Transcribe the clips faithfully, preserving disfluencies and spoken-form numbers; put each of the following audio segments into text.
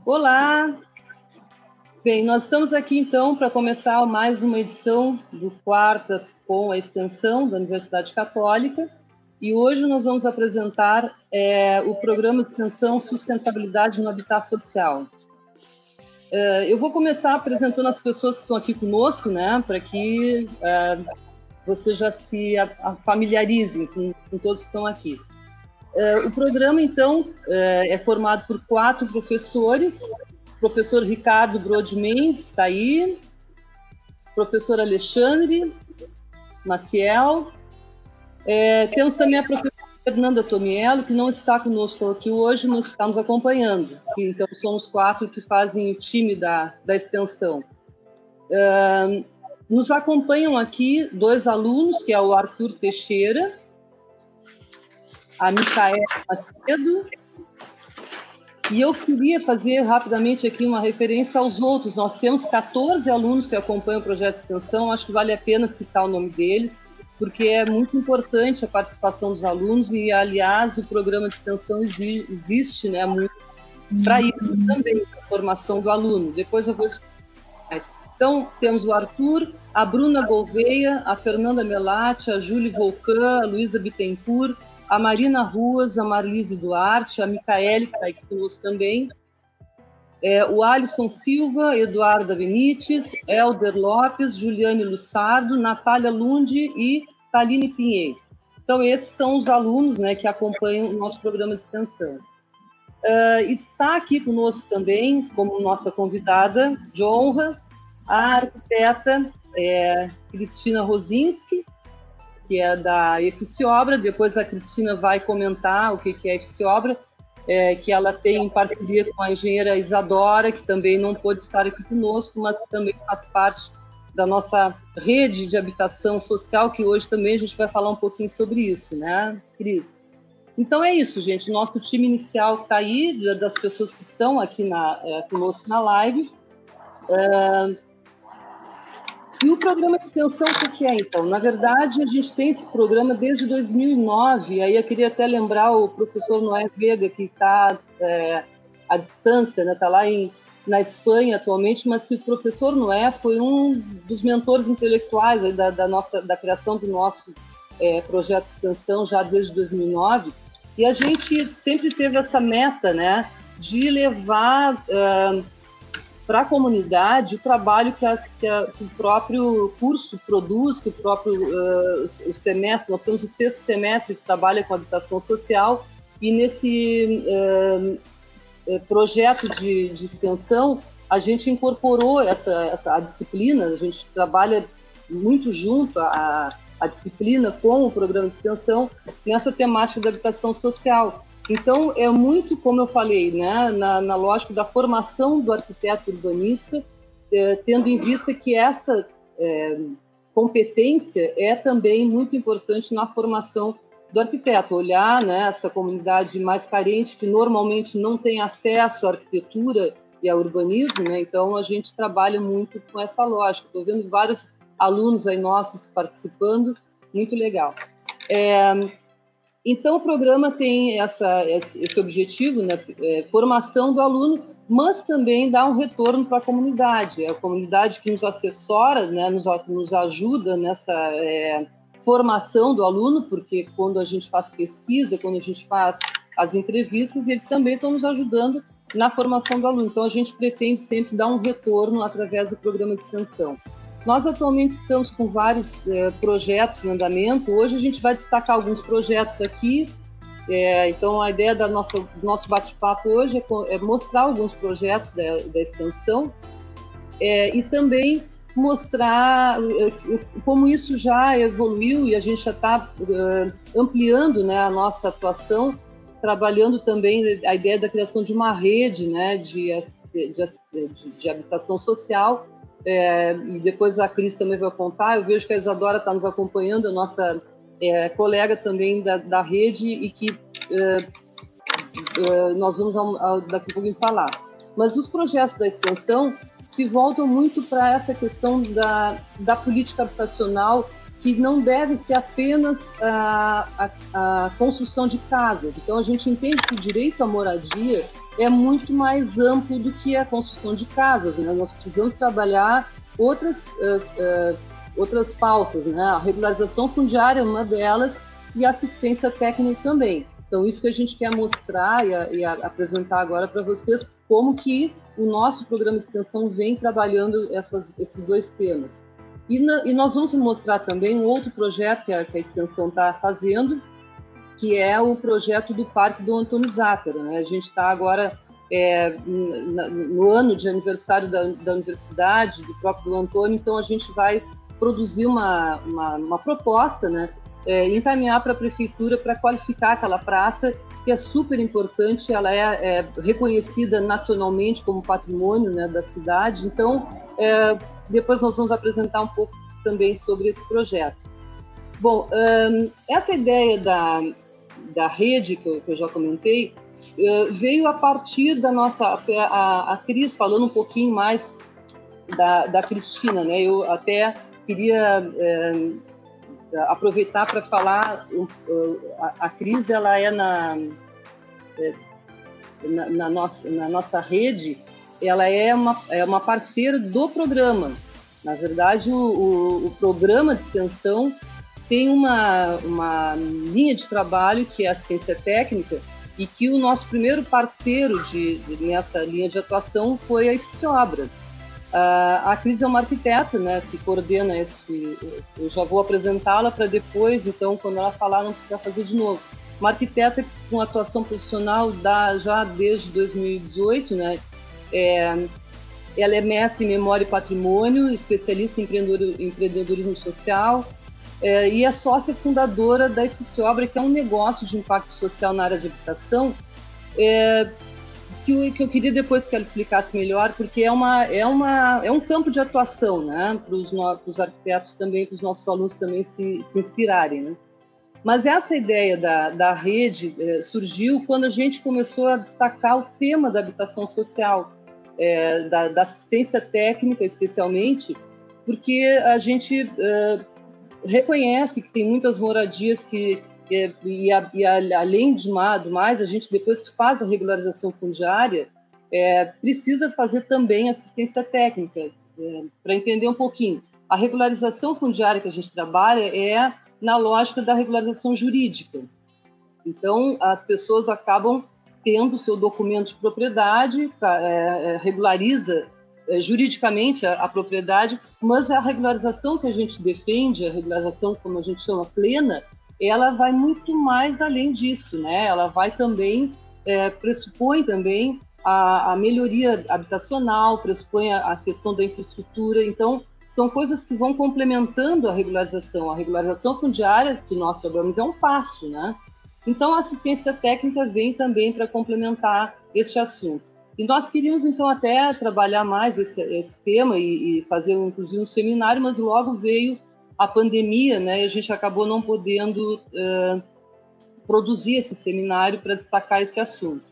Olá! Bem, nós estamos aqui então para começar mais uma edição do Quartas com a Extensão da Universidade Católica e hoje nós vamos apresentar é, o programa de extensão Sustentabilidade no Habitat Social. É, eu vou começar apresentando as pessoas que estão aqui conosco, né, para que é, vocês já se familiarizem com, com todos que estão aqui. É, o programa, então, é, é formado por quatro professores: professor Ricardo Brode Mendes, que está aí, professor Alexandre Maciel, é, temos também a professora Fernanda Tomiello, que não está conosco aqui hoje, mas está nos acompanhando. Então, somos quatro que fazem o time da, da extensão. É, nos acompanham aqui dois alunos, que é o Arthur Teixeira, a Micaela Macedo, e eu queria fazer rapidamente aqui uma referência aos outros. Nós temos quatorze alunos que acompanham o projeto de extensão, acho que vale a pena citar o nome deles, porque é muito importante a participação dos alunos e, aliás, o programa de extensão existe, existe né, muito para isso também, a formação do aluno. Depois eu vou explicar mais. Então, temos o Arthur, a Bruna Gouveia, a Fernanda Melatti, a Júlia Volcan, a Luísa Bittencourt, a Marina Ruas, a Marlise Duarte, a Micaele, que está aqui conosco também, é, o Alisson Silva, Eduarda Benites, Helder Lopes, Juliane Lussardo, Natália Lundi e Taline Pinheiro. Então, esses são os alunos, né, que acompanham o nosso programa de extensão. Uh, está aqui conosco também, como nossa convidada de honra, a arquiteta é, Cristina Rosinski, que é da Eficiobra. Depois a Cristina vai comentar o que é a Eficiobra, é, que ela tem em parceria com a engenheira Isadora, que também não pôde estar aqui conosco, mas que também faz parte da nossa rede de habitação social, que hoje também a gente vai falar um pouquinho sobre isso, né, Cris? Então é isso, gente, o nosso time inicial que está aí, das pessoas que estão aqui na, é, conosco na live. É, E o programa de extensão, o que é, então? Na verdade, a gente tem esse programa desde dois mil e nove, aí eu queria até lembrar o professor Noé Vega, que está é, à distância, né? Está lá em, na Espanha atualmente, mas que o professor Noé foi um dos mentores intelectuais aí da, da, nossa, da criação do nosso é, projeto de extensão já desde dois mil e nove, e a gente sempre teve essa meta, né, de levar Uh, para a comunidade o trabalho que, as, que, a, que o próprio curso produz, que o próprio uh, o semestre, nós temos o sexto semestre que trabalha com habitação social, e nesse uh, projeto de, de extensão a gente incorporou essa, essa a disciplina, a gente trabalha muito junto a, a disciplina com o programa de extensão nessa temática da habitação social. Então, é muito, como eu falei, né, na, na lógica da formação do arquiteto urbanista, é, tendo em vista que essa é, competência é também muito importante na formação do arquiteto, olhar, né, essa comunidade mais carente, que normalmente não tem acesso à arquitetura e ao urbanismo, né, então a gente trabalha muito com essa lógica. Estou vendo vários alunos aí nossos participando, muito legal. É, Então, o programa tem essa, esse objetivo, né, é, formação do aluno, mas também dá um retorno para a comunidade. É a comunidade que nos assessora, né, nos, nos ajuda nessa é, formação do aluno, porque quando a gente faz pesquisa, quando a gente faz as entrevistas, eles também estão nos ajudando na formação do aluno. Então, a gente pretende sempre dar um retorno através do programa de extensão. Nós atualmente estamos com vários é, projetos em andamento. Hoje a gente vai destacar alguns projetos aqui. É, então, a ideia da nossa, do nosso bate-papo hoje é, é mostrar alguns projetos da, da extensão é, e também mostrar é, como isso já evoluiu e a gente já está é, ampliando, né, a nossa atuação, trabalhando também a ideia da criação de uma rede, né, de, de, de, de habitação social. É, e depois a Cris também vai contar. Eu vejo que a Isadora está nos acompanhando, a nossa é, colega também da, da rede, e que é, é, nós vamos ao, ao, daqui a pouquinho falar. Mas os projetos da extensão se voltam muito para essa questão da, da política habitacional, que não deve ser apenas a, a, a construção de casas. Então, a gente entende que o direito à moradia é muito mais amplo do que a construção de casas, né? Nós precisamos trabalhar outras, uh, uh, outras pautas, né? A regularização fundiária é uma delas e a assistência técnica também. Então, isso que a gente quer mostrar e, a, e a, apresentar agora para vocês, como que o nosso programa de extensão vem trabalhando essas, esses dois temas. E, na, e nós vamos mostrar também um outro projeto que a, que a extensão está fazendo, que é o projeto do Parque do Antônio Zátera, né? A gente está agora é, no, no ano de aniversário da, da universidade, do próprio do Antônio, então a gente vai produzir uma, uma, uma proposta, né? É, encaminhar para a prefeitura para qualificar aquela praça, que é super importante, ela é, é reconhecida nacionalmente como patrimônio, né, da cidade. Então, é, depois nós vamos apresentar um pouco também sobre esse projeto. Bom, um, essa ideia da, da rede, que eu, que eu já comentei, uh, veio a partir da nossa... A, a Cris, falando um pouquinho mais da, da Cristina, né? Eu até queria... É, aproveitar para falar, a, a Cris, ela é na, na, na, nossa, na nossa rede, ela é uma, é uma parceira do programa. Na verdade, o, o, o programa de extensão tem uma, uma linha de trabalho que é assistência técnica e que o nosso primeiro parceiro de, de, nessa linha de atuação foi a FCIOBRA. Uh, a Cris é uma arquiteta, né, que coordena esse... Eu já vou apresentá-la para depois, então, quando ela falar, não precisa fazer de novo. Uma arquiteta com atuação profissional da, já desde dois mil e dezoito, né? É, ela é mestre em Memória e Patrimônio, especialista em empreendedorismo social, é, e é sócia fundadora da FCIOBRA, que é um negócio de impacto social na área de habitação, é, Que eu, que eu queria depois que ela explicasse melhor, porque é, uma, é, uma, é um campo de atuação, né, para os arquitetos também, para os nossos alunos também se, se inspirarem, né? Mas essa ideia da, da rede eh, surgiu quando a gente começou a destacar o tema da habitação social, eh, da, da assistência técnica especialmente, porque a gente eh, reconhece que tem muitas moradias que E, e, a, e a, além de mais, a gente, depois que faz a regularização fundiária, é, precisa fazer também assistência técnica, é, para entender um pouquinho. A regularização fundiária que a gente trabalha é na lógica da regularização jurídica. Então, as pessoas acabam tendo o seu documento de propriedade, é, regulariza é, juridicamente a, a propriedade, mas a regularização que a gente defende, a regularização, como a gente chama, plena, ela vai muito mais além disso, né? Ela vai também, é, pressupõe também a, a melhoria habitacional, pressupõe a, a questão da infraestrutura. Então, são coisas que vão complementando a regularização. A regularização fundiária que nós trabalhamos é um passo, né? Então, a assistência técnica vem também para complementar este assunto. E nós queríamos, então, até trabalhar mais esse, esse tema e, e fazer, inclusive, um seminário, mas logo veio a pandemia, né, e a gente acabou não podendo uh, produzir esse seminário para destacar esse assunto.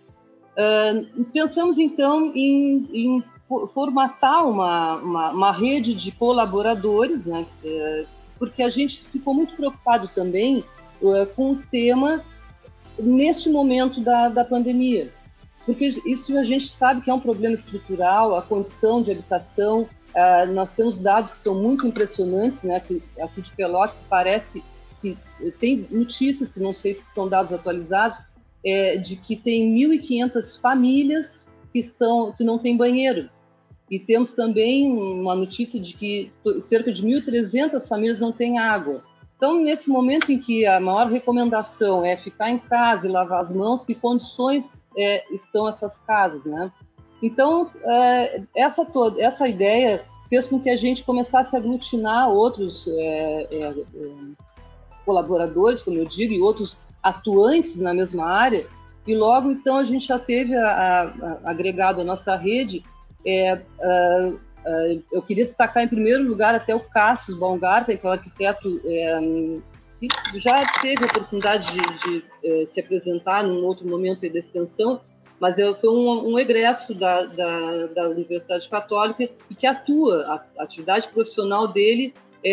Uh, pensamos, então, em, em formatar uma, uma, uma rede de colaboradores, né, uh, porque a gente ficou muito preocupado também uh, com o tema neste momento da, da pandemia, porque isso a gente sabe que é um problema estrutural, a condição de habitação. Uh, nós temos dados que são muito impressionantes, né, aqui, aqui de Pelotas, que parece, se, tem notícias que não sei se são dados atualizados, é, de que tem mil e quinhentas famílias que, são, que não têm banheiro. E temos também uma notícia de que cerca de mil e trezentas famílias não têm água. Então, nesse momento em que a maior recomendação é ficar em casa e lavar as mãos, que condições é, estão essas casas, né? Então, essa, toda, essa ideia fez com que a gente começasse a aglutinar outros é, é, colaboradores, como eu digo, e outros atuantes na mesma área, e logo, então, a gente já teve a, a, a, agregado a nossa rede. É, a, a, eu queria destacar, em primeiro lugar, até o Cassius Baumgarten, que é um arquiteto é, que já teve a oportunidade de, de, de se apresentar num outro momento da extensão, mas foi um, um egresso da, da, da Universidade Católica e que atua, a, a atividade profissional dele é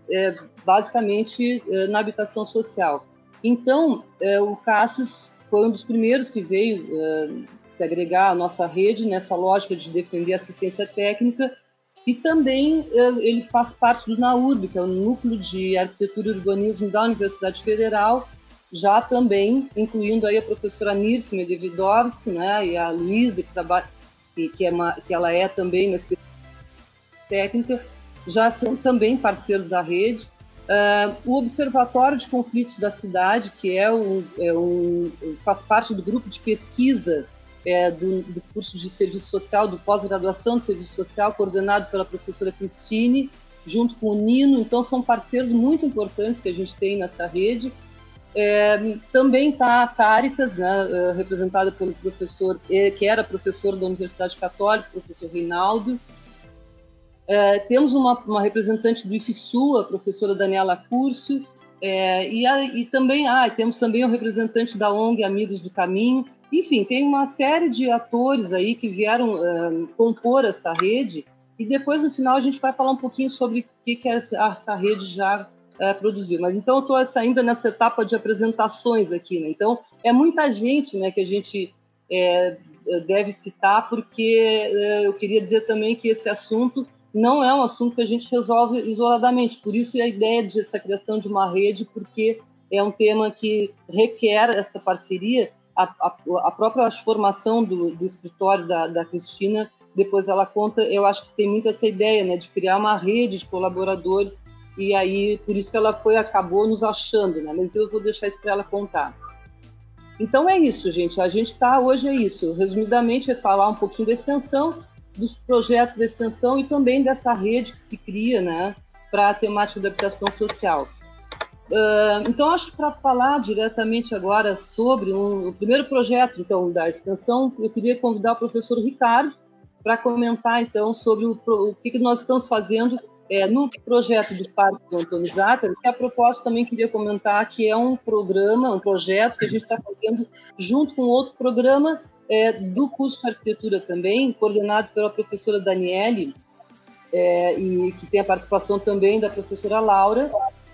é, basicamente é, na habitação social. Então, é, o Cassius foi um dos primeiros que veio é, se agregar à nossa rede nessa lógica de defender assistência técnica, e também é, ele faz parte do NAURB, que é o Núcleo de Arquitetura e Urbanismo da Universidade Federal, já também incluindo aí a professora Nirce Medvedovsky, né, e a Luísa, que, trabalha, que, que, é uma, que ela é também uma especialista técnica, já são também parceiros da rede. Uh, o Observatório de Conflitos da Cidade, que é um, é um, faz parte do grupo de pesquisa é, do, do curso de Serviço Social, do pós-graduação de Serviço Social, coordenado pela professora Cristine, junto com o Nino. Então, são parceiros muito importantes que a gente tem nessa rede. É, também está a Caritas, né, representada pelo professor, que era professor da Universidade Católica, professor Reinaldo. É, temos uma, uma representante do IFSU, a professora Daniela Curcio, é, e, a, e também ah, temos também um representante da O N G Amigos do Caminho. Enfim, tem uma série de atores aí que vieram uh, compor essa rede, e depois, no final, a gente vai falar um pouquinho sobre o que, que essa, essa rede já uh, produziu. Mas, então, eu estou ainda nessa etapa de apresentações aqui, né? Então, é muita gente, né, que a gente é, deve citar, porque uh, eu queria dizer também que esse assunto não é um assunto que a gente resolve isoladamente. Por isso a ideia de essa criação de uma rede, porque é um tema que requer essa parceria. A, a, a própria formação do, do escritório da, da Cristina, depois ela conta, eu acho que tem muito essa ideia, né, de criar uma rede de colaboradores, e aí por isso que ela foi, acabou nos achando, né, mas eu vou deixar isso para ela contar. Então é isso, gente, a gente está hoje, é isso, resumidamente é falar um pouquinho da extensão, dos projetos de extensão e também dessa rede que se cria, né, para a temática da habitação social. Uh, então, acho que para falar diretamente agora sobre um, o primeiro projeto então, da extensão, eu queria convidar o professor Ricardo para comentar então sobre o, o que, que nós estamos fazendo é, no projeto do Parque do Antônio Zátter, que a propósito também queria comentar que é um programa, um projeto que a gente está fazendo junto com outro programa É, do curso de arquitetura também, coordenado pela professora Daniele, é, e que tem a participação também da professora Laura,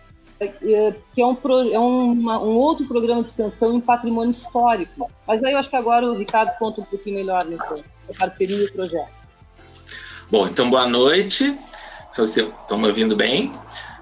é, que é, um, pro, é uma, um outro programa de extensão em patrimônio histórico. Mas aí eu acho que agora o Ricardo conta um pouquinho melhor nessa, nessa parceria e projeto. Bom, então boa noite, se vocês estão me ouvindo bem.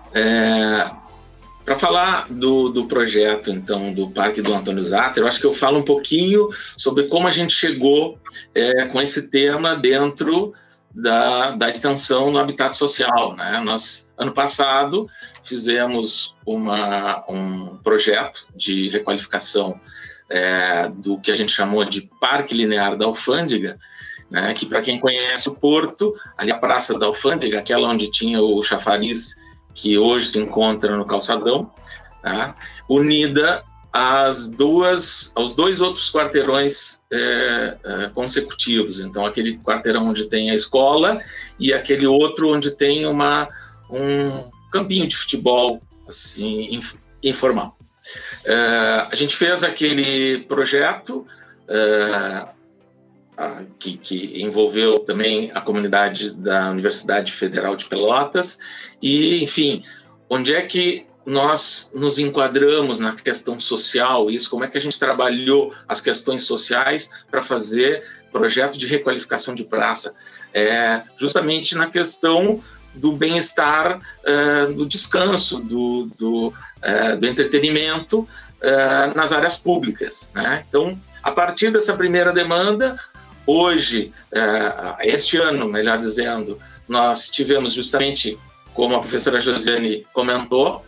É... Para falar do, do projeto, então, do Parque do Antônio Zátter, eu acho que eu falo um pouquinho sobre como a gente chegou é, com esse tema dentro da, da extensão no habitat social, né? Nós, ano passado, fizemos uma, um projeto de requalificação é, do que a gente chamou de Parque Linear da Alfândega, né? Que, para quem conhece o Porto, ali a Praça da Alfândega, aquela onde tinha o chafariz que hoje se encontra no calçadão, tá? Unida às duas, aos dois outros quarteirões é, é, consecutivos. Então, aquele quarteirão onde tem a escola e aquele outro onde tem uma, um campinho de futebol assim, inf, informal. É, a gente fez aquele projeto é, Que, que envolveu também a comunidade da Universidade Federal de Pelotas e, enfim, onde é que nós nos enquadramos na questão social, isso, como é que a gente trabalhou as questões sociais para fazer projeto de requalificação de praça, é, justamente na questão do bem-estar, é, do descanso, do, do, é, do entretenimento é, nas áreas públicas, né? Então, a partir dessa primeira demanda, hoje, este ano, melhor dizendo, nós tivemos justamente, como a professora Josiane comentou,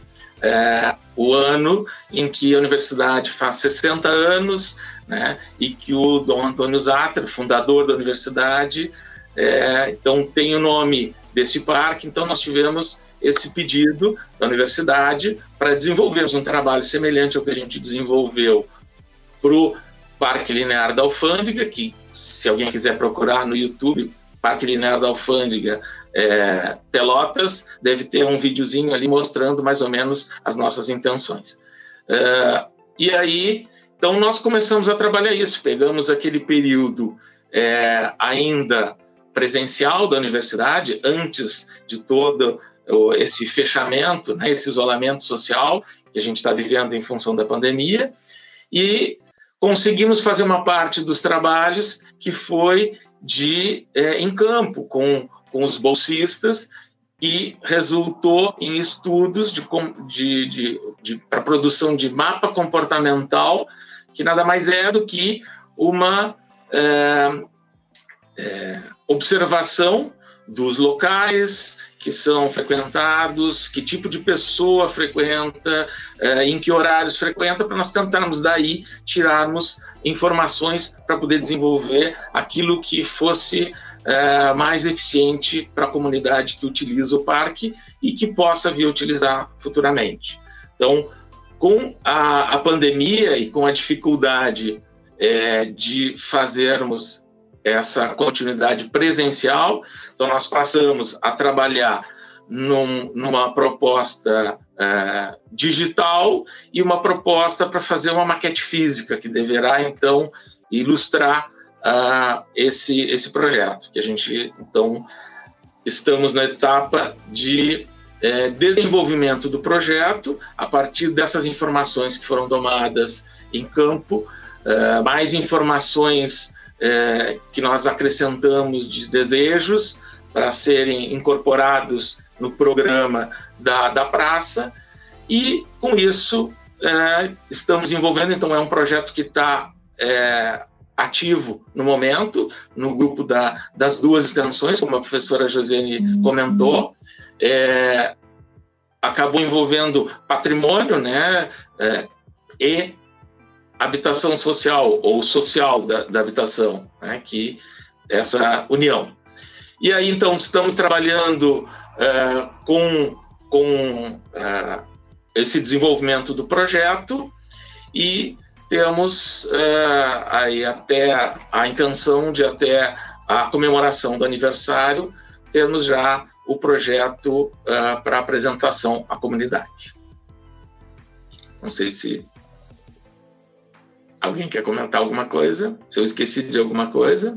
o ano em que a universidade faz sessenta anos, né, e que o Dom Antônio Zátter, fundador da universidade, então tem o nome desse parque, então nós tivemos esse pedido da universidade para desenvolvermos um trabalho semelhante ao que a gente desenvolveu para o Parque Linear da Alfândega, que, se alguém quiser procurar no YouTube, Parque Linear da Alfândega é, Pelotas, deve ter um videozinho ali mostrando mais ou menos as nossas intenções. É, e aí, então nós começamos a trabalhar isso, pegamos aquele período é, ainda presencial da universidade, antes de toda esse fechamento, né, esse isolamento social que a gente está vivendo em função da pandemia, e conseguimos fazer uma parte dos trabalhos que foi de é, em campo, com, com os bolsistas, e resultou em estudos de, de, de, de, para a produção de mapa comportamental, que nada mais é do que uma é, é, observação dos locais que são frequentados, que tipo de pessoa frequenta, é, em que horários frequenta, para nós tentarmos daí tirarmos informações para poder desenvolver aquilo que fosse é, mais eficiente para a comunidade que utiliza o parque e que possa vir utilizar futuramente. Então, com a, a pandemia e com a dificuldade é, de fazermos essa continuidade presencial, então nós passamos a trabalhar num, numa proposta uh, digital e uma proposta para fazer uma maquete física, que deverá, então, ilustrar uh, esse, esse projeto, que a gente, então, estamos na etapa de uh, desenvolvimento do projeto, a partir dessas informações que foram tomadas em campo, uh, mais informações É, que nós acrescentamos de desejos para serem incorporados no programa da, da praça, e com isso é, estamos envolvendo, então é um projeto que está é, ativo no momento, no grupo da, das duas extensões, como a professora Josiane comentou, é, acabou envolvendo patrimônio, né, é, e habitação social, ou social da, da habitação, né, que essa união. E aí, então, estamos trabalhando uh, com, com uh, esse desenvolvimento do projeto, e temos uh, aí até a intenção de, até a comemoração do aniversário, termos já o projeto uh, para apresentação à comunidade. Não sei se alguém quer comentar alguma coisa? Se eu esqueci de alguma coisa?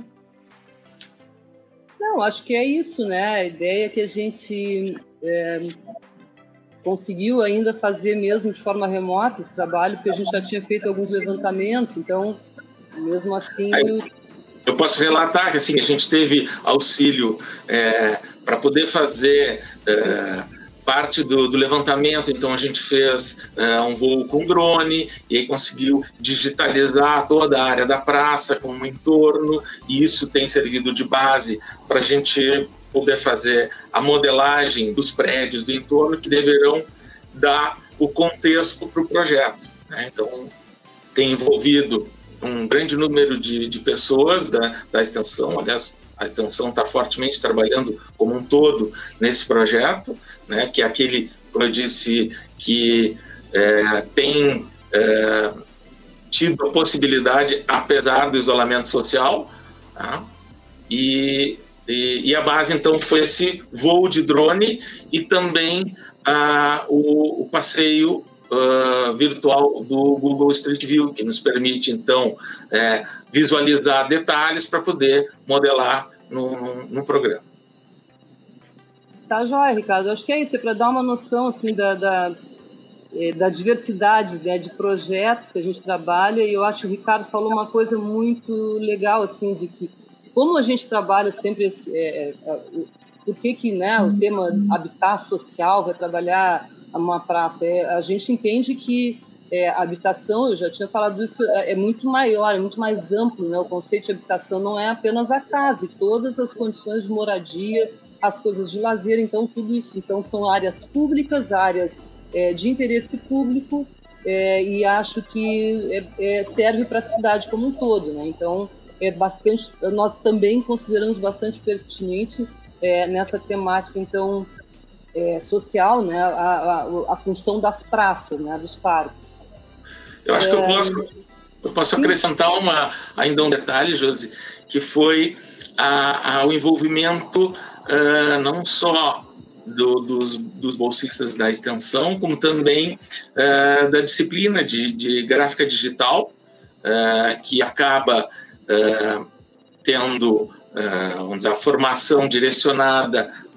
Não, acho que é isso, né? A ideia é que a gente é, conseguiu ainda fazer mesmo de forma remota esse trabalho, porque a gente já tinha feito alguns levantamentos, então, mesmo assim... Aí, eu posso relatar que assim, a gente teve auxílio é, para poder fazer... É, parte do, do levantamento, então a gente fez uh, um voo com drone e aí conseguiu digitalizar toda a área da praça com o entorno, e isso tem servido de base para a gente poder fazer a modelagem dos prédios do entorno, que deverão dar o contexto para o projeto, né? Então, tem envolvido um grande número de, de pessoas da, da extensão, aliás, a extensão está fortemente trabalhando como um todo nesse projeto, né, que é aquele, como eu disse, que é, tem é, tido a possibilidade, apesar do isolamento social, tá? e, e, e a base, então, foi esse voo de drone e também ah, o, o passeio Uh, virtual do Google Street View, que nos permite, então, é, visualizar detalhes para poder modelar no, no, no programa. Tá joia, Ricardo. Acho que é isso, é para dar uma noção assim, da, da, da diversidade, né, de projetos que a gente trabalha, e eu acho que o Ricardo falou uma coisa muito legal, assim, de que como a gente trabalha sempre, esse, é, é, por que que, né, o tema habitat social vai trabalhar uma praça, é, a gente entende que é, a habitação, eu já tinha falado isso, é, é muito maior, é muito mais amplo, né? O conceito de habitação não é apenas a casa, e todas as condições de moradia, as coisas de lazer, então tudo isso, então são áreas públicas, áreas é, de interesse público, é, e acho que é, é, serve para a cidade como um todo, né? Então é bastante, nós também consideramos bastante pertinente é, nessa temática, então É, social, né, a, a, a função das praças, né, dos parques. Eu acho é... que eu posso, eu posso acrescentar uma, ainda um detalhe, Josi, que foi a, a, o envolvimento uh, não só do, dos, dos bolsistas da extensão, como também uh, da disciplina de, de gráfica digital, uh, que acaba uh, tendo uh, vamos dizer, a formação direcionada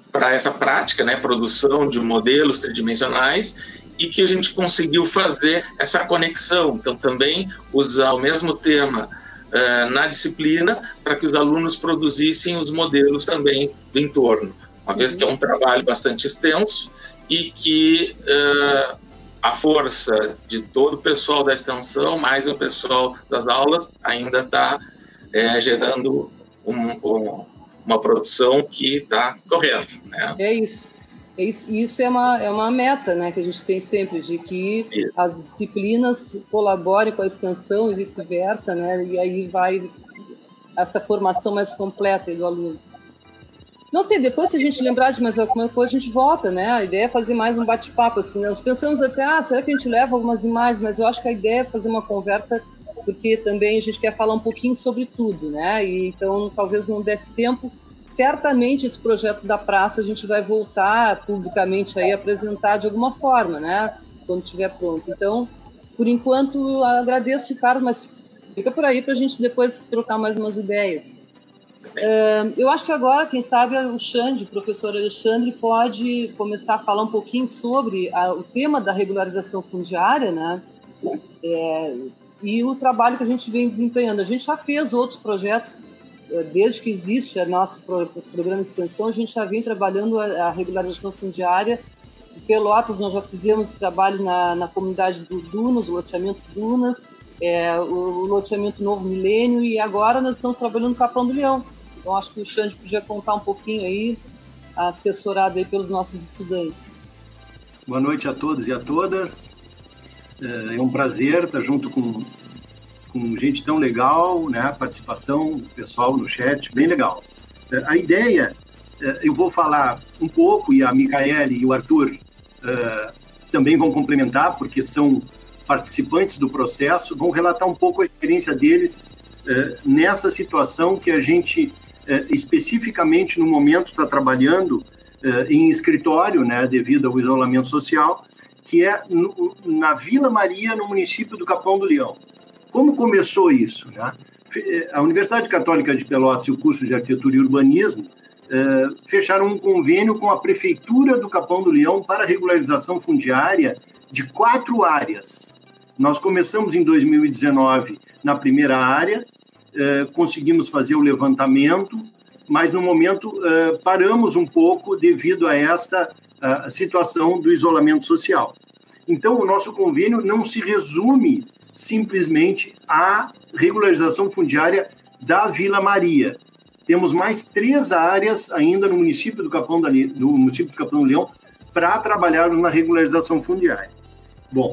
para essa prática, né, produção de modelos tridimensionais, e que a gente conseguiu fazer essa conexão. Então, também usar o mesmo tema uh, na disciplina para que os alunos produzissem os modelos também do entorno, uma vez que é um trabalho bastante extenso e que uh, a força de todo o pessoal da extensão, mais o pessoal das aulas, ainda está é, gerando um, um, uma produção que está correta, né? É isso. É isso, isso é uma, é uma meta, né, que a gente tem sempre, de que isso. As disciplinas colaborem com a extensão e vice-versa, né, e aí vai essa formação mais completa do aluno. Não sei, depois se a gente lembrar de mais alguma coisa, a gente volta, né, a ideia é fazer mais um bate-papo, assim, né? Nós pensamos até, ah, será que a gente leva algumas imagens, mas eu acho que a ideia é fazer uma conversa, porque também a gente quer falar um pouquinho sobre tudo, né, e então talvez não desse tempo. Certamente esse projeto da praça a gente vai voltar publicamente aí a apresentar de alguma forma, né? Quando estiver pronto. Então, por enquanto, agradeço, Ricardo, mas fica por aí para a gente depois trocar mais umas ideias. Uh, eu acho que agora, quem sabe, o Xande, o professor Alexandre, pode começar a falar um pouquinho sobre a, o tema da regularização fundiária, né? É, e o trabalho que a gente vem desempenhando. A gente já fez outros projetos. Desde que existe o nosso programa de extensão, a gente já vem trabalhando a regularização fundiária. Em Pelotas, nós já fizemos trabalho na, na comunidade do Dunas, o loteamento Dunas, é, o loteamento Novo Milênio, e agora nós estamos trabalhando no Capão do Leão. Então, acho que o Xande podia contar um pouquinho aí, assessorado aí pelos nossos estudantes. Boa noite a todos e a todas. É um prazer estar junto com... com gente tão legal, né? Participação do pessoal no chat, bem legal. A ideia, eu vou falar um pouco, e a Micaele e o Arthur uh, também vão complementar, porque são participantes do processo, vão relatar um pouco a experiência deles uh, nessa situação que a gente, uh, especificamente no momento, está trabalhando uh, em escritório, né? Devido ao isolamento social, que é no, na Vila Maria, no município do Capão do Leão. Como começou isso, né? A Universidade Católica de Pelotas e o curso de Arquitetura e Urbanismo eh, fecharam um convênio com a Prefeitura do Capão do Leão para regularização fundiária de quatro áreas. Nós começamos em dois mil e dezenove na primeira área, eh, conseguimos fazer o levantamento, mas no momento eh, paramos um pouco devido a essa a situação do isolamento social. Então, o nosso convênio não se resume simplesmente a regularização fundiária da Vila Maria. Temos mais três áreas ainda no município do Capão, da, no município do Capão do Leão para trabalhar na regularização fundiária. Bom,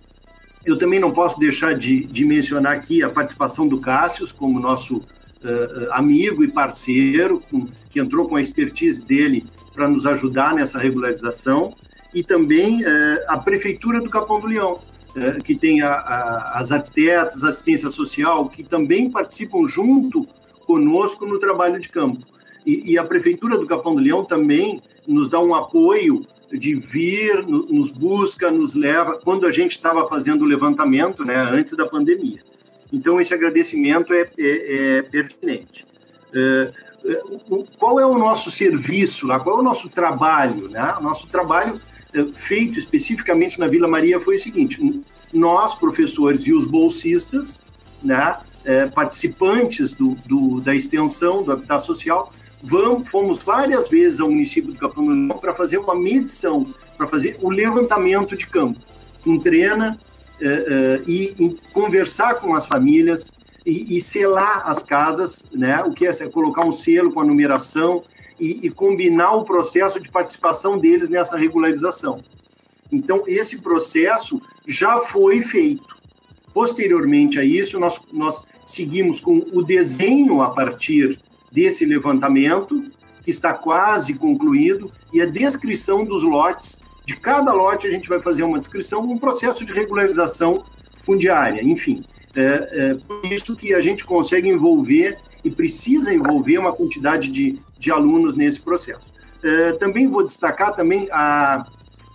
eu também não posso deixar de, de mencionar aqui a participação do Cássio, como nosso uh, amigo e parceiro, com, que entrou com a expertise dele para nos ajudar nessa regularização, e também uh, a Prefeitura do Capão do Leão, que tem a, a, as arquitetas, a assistência social, que também participam junto conosco no trabalho de campo. E, e a Prefeitura do Capão do Leão também nos dá um apoio de vir, no, nos busca, nos leva, quando a gente estava fazendo o levantamento, né, antes da pandemia. Então, esse agradecimento é, é, é pertinente. É, qual é o nosso serviço lá? Qual é o nosso trabalho? Né? O nosso trabalho feito especificamente na Vila Maria foi o seguinte: nós, professores e os bolsistas, né, é, participantes do, do, da extensão do Habitat Social, vamos, fomos várias vezes ao município do Capão do Leão para fazer uma medição, para fazer o levantamento de campo, com trena é, é, e, e conversar com as famílias e, e selar as casas, né, o que é, é colocar um selo com a numeração, E, e combinar o processo de participação deles nessa regularização. Então, esse processo já foi feito. Posteriormente a isso, nós, nós seguimos com o desenho a partir desse levantamento, que está quase concluído, e a descrição dos lotes. De cada lote, a gente vai fazer uma descrição, um processo de regularização fundiária, enfim. É, é por isso que a gente consegue envolver e precisa envolver uma quantidade de, de alunos nesse processo. Uh, também vou destacar também a,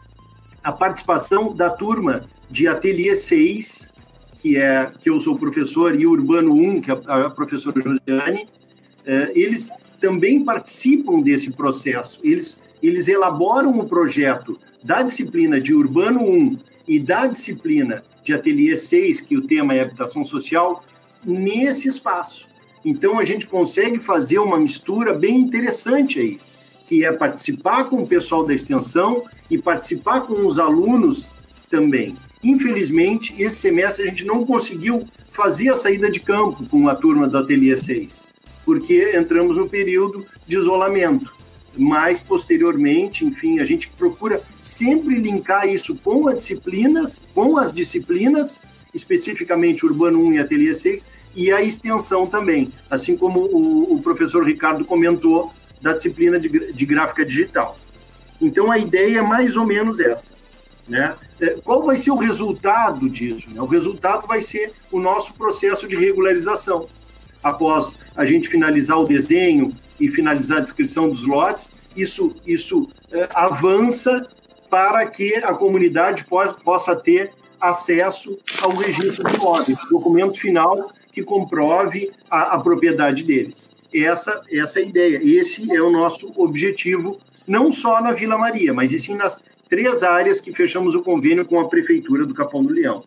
a participação da turma de Ateliê seis, que, é, que eu sou professor, e Urbano um, que é a professora Josiane. Uh, eles também participam desse processo. Eles eles elaboram o projeto da disciplina de Urbano um e da disciplina de Ateliê seis, que o tema é habitação social, nesse espaço. Então, a gente consegue fazer uma mistura bem interessante aí, que é participar com o pessoal da extensão e participar com os alunos também. Infelizmente, esse semestre a gente não conseguiu fazer a saída de campo com a turma do Ateliê seis, porque entramos no período de isolamento. Mas, posteriormente, enfim, a gente procura sempre linkar isso com as disciplinas, com as disciplinas, especificamente Urbano um e Ateliê seis, e a extensão também, assim como o, o professor Ricardo comentou, da disciplina de, de gráfica digital. Então, a ideia é mais ou menos essa, né? Qual vai ser o resultado disso? O resultado vai ser o nosso processo de regularização. Após a gente finalizar o desenho e finalizar a descrição dos lotes, isso, isso é, avança para que a comunidade po- possa ter acesso ao registro de imóveis, documento final que comprove a, a propriedade deles. Essa, essa é a ideia. Esse é o nosso objetivo, não só na Vila Maria, mas e sim nas três áreas que fechamos o convênio com a Prefeitura do Capão do Leão.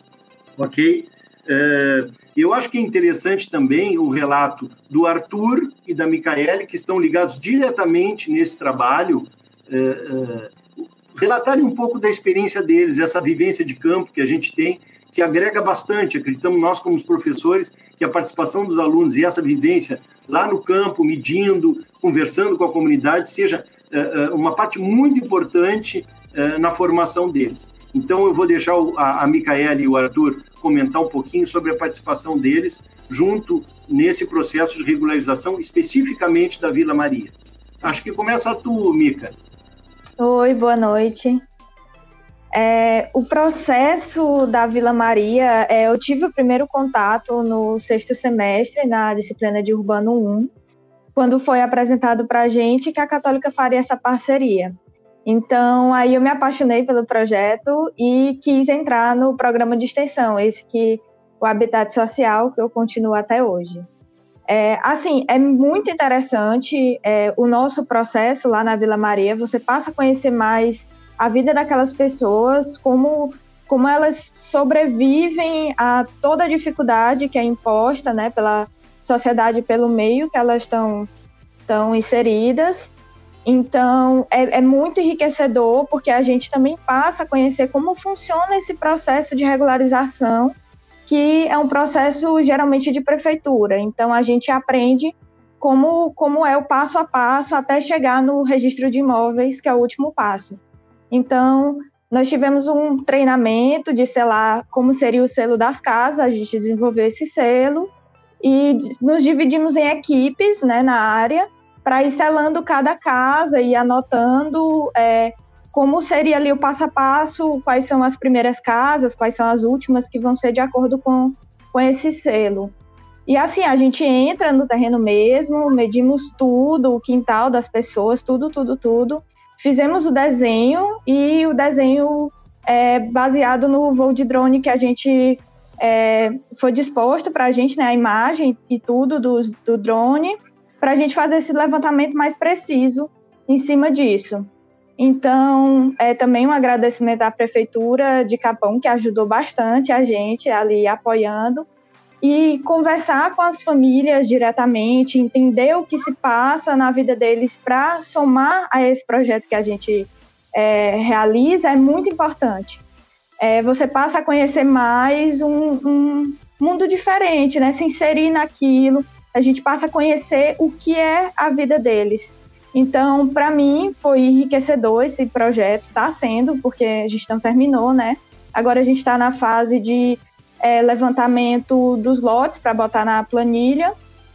Ok? É, eu acho que é interessante também o relato do Arthur e da Micaele, que estão ligados diretamente nesse trabalho, é, é, relatarem um pouco da experiência deles, essa vivência de campo que a gente tem, que agrega bastante. Acreditamos nós, como os professores, que a participação dos alunos e essa vivência lá no campo, medindo, conversando com a comunidade, seja uh, uma parte muito importante uh, na formação deles. Então, eu vou deixar a, a Micaele e o Arthur comentar um pouquinho sobre a participação deles junto nesse processo de regularização, especificamente da Vila Maria. Acho que começa tu, Mica. Oi, boa noite. É, o processo da Vila Maria, é, eu tive o primeiro contato no sexto semestre, na disciplina de Urbano um, quando foi apresentado para a gente que a Católica faria essa parceria. Então, aí eu me apaixonei pelo projeto e quis entrar no programa de extensão, esse que o Habitat Social, que eu continuo até hoje. É, assim, é muito interessante é, o nosso processo lá na Vila Maria, você passa a conhecer mais a vida daquelas pessoas, como, como elas sobrevivem a toda a dificuldade que é imposta, né, pela sociedade, pelo meio que elas estão estão inseridas. Então, é, é muito enriquecedor, porque a gente também passa a conhecer como funciona esse processo de regularização, que é um processo geralmente de prefeitura. Então, a gente aprende como, como é o passo a passo até chegar no registro de imóveis, que é o último passo. Então, nós tivemos um treinamento de selar como seria o selo das casas, a gente desenvolveu esse selo e nos dividimos em equipes, né, na área, para ir selando cada casa e anotando é, como seria ali o passo a passo, quais são as primeiras casas, quais são as últimas que vão ser de acordo com, com esse selo. E assim, a gente entra no terreno mesmo, medimos tudo, o quintal das pessoas, tudo, tudo, tudo. Fizemos o desenho e o desenho é baseado no voo de drone que a gente é, foi disposto para a gente, né, a imagem e tudo do, do drone, para a gente fazer esse levantamento mais preciso em cima disso. Então, é também um agradecimento à Prefeitura de Capão, que ajudou bastante a gente ali apoiando, e conversar com as famílias diretamente, entender o que se passa na vida deles para somar a esse projeto que a gente é, realiza é muito importante. É, você passa a conhecer mais um, um mundo diferente, né? Se inserir naquilo, a gente passa a conhecer o que é a vida deles. Então, para mim, foi enriquecedor esse projeto, está sendo, porque a gente não terminou, né? Agora a gente está na fase de É, levantamento dos lotes para botar na planilha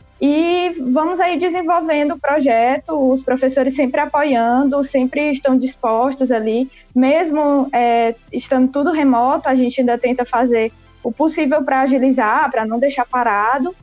e vamos aí desenvolvendo o projeto, os professores sempre apoiando, sempre estão dispostos ali, mesmo é, estando tudo remoto, a gente ainda tenta fazer o possível para agilizar, para não deixar parado.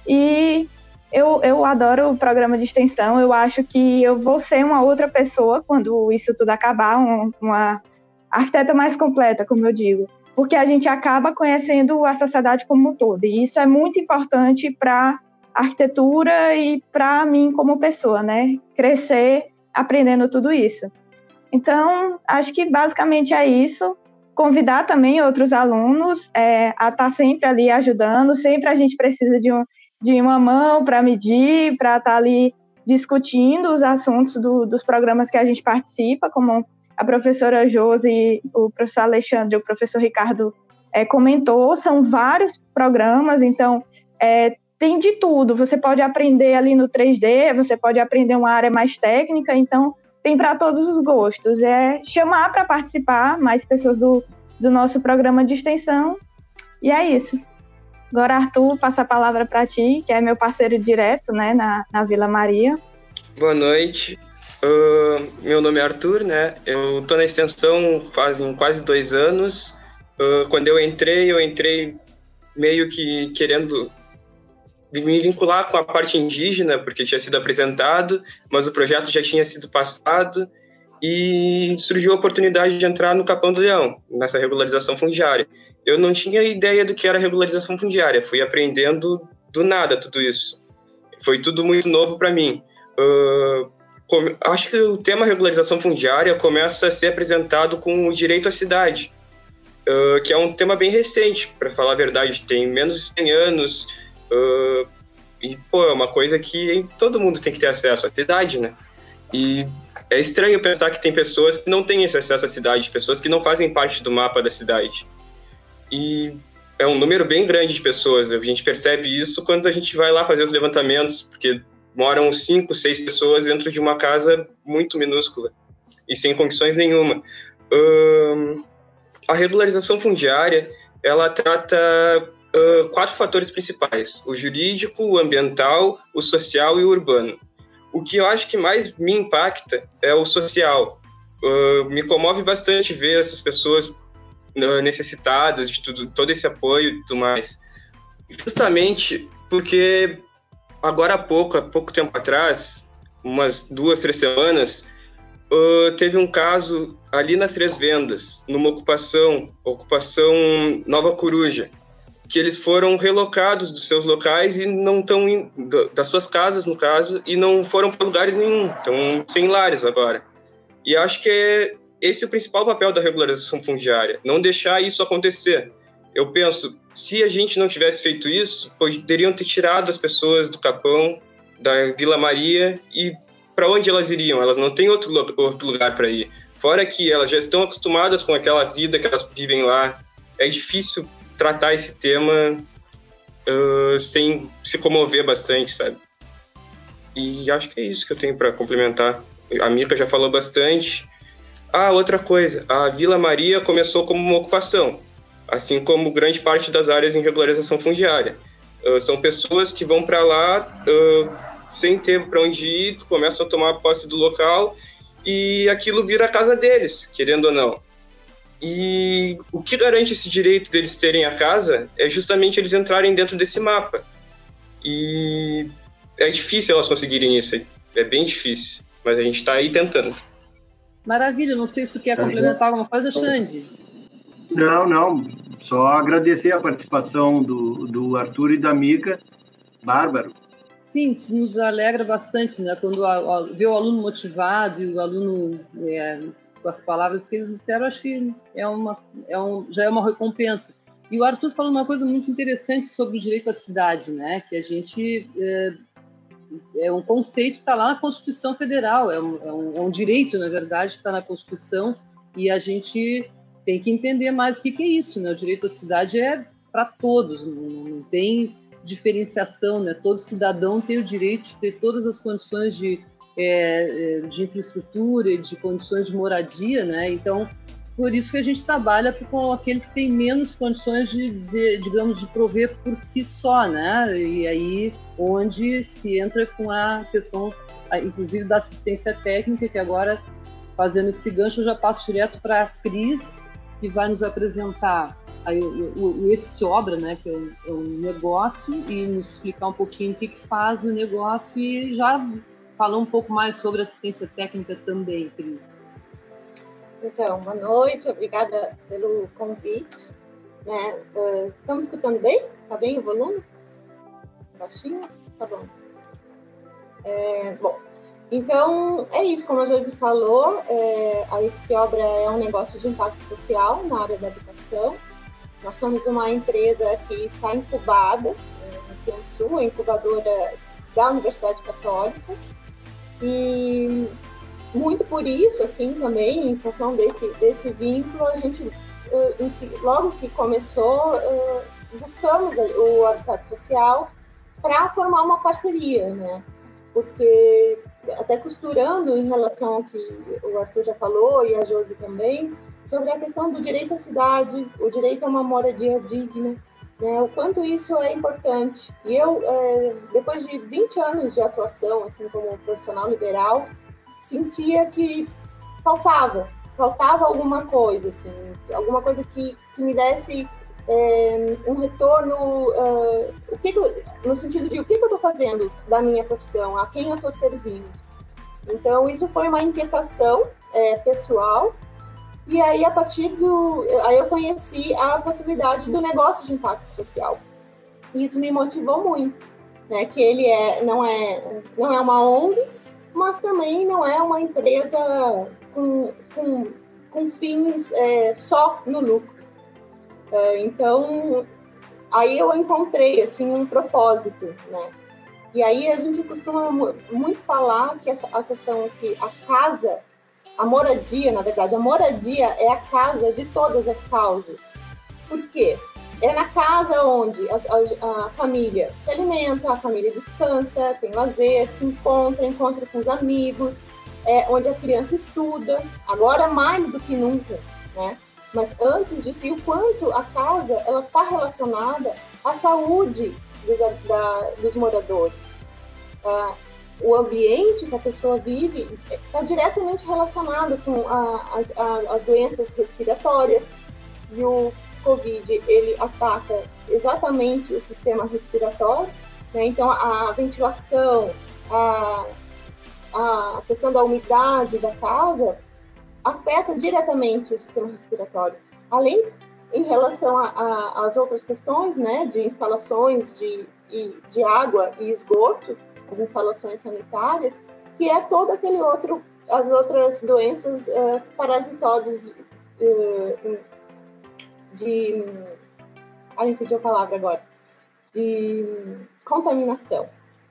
E eu, eu adoro o programa de extensão, eu acho que eu vou ser uma outra pessoa quando isso tudo acabar, um, uma arquiteta mais completa, como eu digo. Porque a gente acaba conhecendo a sociedade como um todo, e isso é muito importante para a arquitetura e para mim como pessoa, né? Crescer aprendendo tudo isso. Então, acho que basicamente é isso. Convidar também outros alunos é, a estar sempre ali ajudando. Sempre a gente precisa de, um, de uma mão para medir, para estar ali discutindo os assuntos do, dos programas que a gente participa, como a professora Josi, o professor Alexandre, o professor Ricardo é, comentou, são vários programas, então é, tem de tudo. Você pode aprender ali no três D, você pode aprender uma área mais técnica, então tem para todos os gostos. É chamar para participar mais pessoas do, do nosso programa de extensão, e é isso. Agora, Arthur, passa a palavra para ti, que é meu parceiro direto, né, na, na Vila Maria. Boa noite. Uh, meu nome é Arthur, né? Eu estou na extensão fazem quase dois anos. Uh, quando eu entrei, eu entrei meio que querendo me vincular com a parte indígena, porque tinha sido apresentado, mas o projeto já tinha sido passado e surgiu a oportunidade de entrar no Capão do Leão, nessa regularização fundiária. Eu não tinha ideia do que era regularização fundiária, fui aprendendo do nada tudo isso. Foi tudo muito novo para mim. Uh, com, acho que o tema regularização fundiária começa a ser apresentado com o direito à cidade, uh, que é um tema bem recente, para falar a verdade, tem menos de cem anos, uh, e pô, é uma coisa que todo mundo tem que ter acesso à cidade, né? E é estranho pensar que tem pessoas que não têm esse acesso à cidade, pessoas que não fazem parte do mapa da cidade. E é um número bem grande de pessoas, a gente percebe isso quando a gente vai lá fazer os levantamentos, porque moram cinco, seis pessoas dentro de uma casa muito minúscula e sem condições nenhuma. Um, a regularização fundiária, ela trata uh, quatro fatores principais: o jurídico, o ambiental, o social e o urbano. O que eu acho que mais me impacta é o social. Uh, me comove bastante ver essas pessoas uh, necessitadas de tudo, todo esse apoio e tudo mais. Justamente porque agora há pouco, há pouco tempo atrás, umas duas, três semanas, uh, teve um caso ali nas Três Vendas, numa ocupação, ocupação Nova Coruja, que eles foram relocados dos seus locais e não estão das suas casas, no caso, e não foram para lugares nenhum, estão sem lares agora. E acho que é esse o principal papel da regularização fundiária, não deixar isso acontecer. Eu penso, se a gente não tivesse feito isso, poderiam ter tirado as pessoas do Capão, da Vila Maria, e para onde elas iriam? Elas não têm outro, outro lugar para ir. Fora que elas já estão acostumadas com aquela vida que elas vivem lá. É difícil tratar esse tema uh, sem se comover bastante, sabe? E acho que é isso que eu tenho para complementar. A Mica já falou bastante. Ah, outra coisa, a Vila Maria começou como uma ocupação, assim como grande parte das áreas em regularização fundiária. Uh, são pessoas que vão para lá uh, sem ter para onde ir, começam a tomar posse do local e aquilo vira a casa deles, querendo ou não. E o que garante esse direito deles terem a casa é justamente eles entrarem dentro desse mapa. E é difícil elas conseguirem isso, é bem difícil, mas a gente está aí tentando. Maravilha, não sei se tu quer complementar alguma coisa, Xande. Não, não, só agradecer a participação do, do Arthur e da Mica, bárbaro. Sim, isso nos alegra bastante, né? Quando a, a, vê o aluno motivado e o aluno é, com as palavras que eles disseram, acho que é uma, é um, já é uma recompensa. E o Arthur falou uma coisa muito interessante sobre o direito à cidade, né? Que a gente é, é um conceito que está lá na Constituição Federal, é um, é um, é um direito, na verdade, que está na Constituição, e a gente tem que entender mais o que, que é isso, né? O direito à cidade é para todos, não, não tem diferenciação, né? Todo cidadão tem o direito de ter todas as condições de, é, de infraestrutura, de condições de moradia, né? Então, por isso que a gente trabalha com aqueles que têm menos condições de dizer, digamos, de prover por si só, né? E aí, onde se entra com a questão, inclusive, da assistência técnica, que agora, fazendo esse gancho, eu já passo direto para a Cris, que vai nos apresentar aí, o, o, o EFSI-Obra, né, que é um, é um negócio, e nos explicar um pouquinho o que, que faz o negócio e já falar um pouco mais sobre assistência técnica também, Cris. Então, boa noite, obrigada pelo convite. Né? Uh, estamos escutando bem? Está bem o volume? Baixinho? Tá bom. É, bom, Então, é isso, como a Josi falou, é, a Ipsiobra é um negócio de impacto social na área da habitação. Nós somos uma empresa que está incubada é, no Ciansul, a incubadora da Universidade Católica, e muito por isso, assim, também, em função desse, desse vínculo, a gente, logo que começou, buscamos o Habitat Social para formar uma parceria, né? Porque, até costurando em relação ao que o Arthur já falou, e a Josi também, sobre a questão do direito à cidade, o direito a uma moradia digna, né, o quanto isso é importante. E eu, é, depois de vinte anos de atuação, assim, como profissional liberal, sentia que faltava, faltava alguma coisa, assim, alguma coisa que, que me desse é, um retorno, uh, o que que eu, no sentido de o que, que eu estou fazendo da minha profissão, a quem eu estou servindo. Então, isso foi uma inquietação é, pessoal. E aí, a partir do... Aí eu conheci a possibilidade do negócio de impacto social. E isso me motivou muito, né? Que ele é, não, é, não é uma O N G, mas também não é uma empresa com, com, com fins é, só no lucro. É, então, aí eu encontrei, assim, um propósito, né? E aí a gente costuma muito falar que essa, a questão que a casa... A moradia, na verdade, a moradia é a casa de todas as causas. Por quê? É na casa onde a, a, a família se alimenta, a família descansa, tem lazer, se encontra, encontra com os amigos, é onde a criança estuda, agora mais do que nunca, né? Mas antes disso, e o quanto a casa ela está relacionada à saúde dos, da, dos moradores. Ah, o ambiente que a pessoa vive está diretamente relacionado com a, a, a, as doenças respiratórias, e o Covid, ele ataca exatamente o sistema respiratório, né? Então a ventilação, a, a questão da umidade da casa afeta diretamente o sistema respiratório, além em relação às outras questões, né, de instalações de, de água e esgoto, as instalações sanitárias, que é todo aquele outro, as outras doenças uh, parasitóides uh, de, ah, me pediu a palavra agora, de contaminação.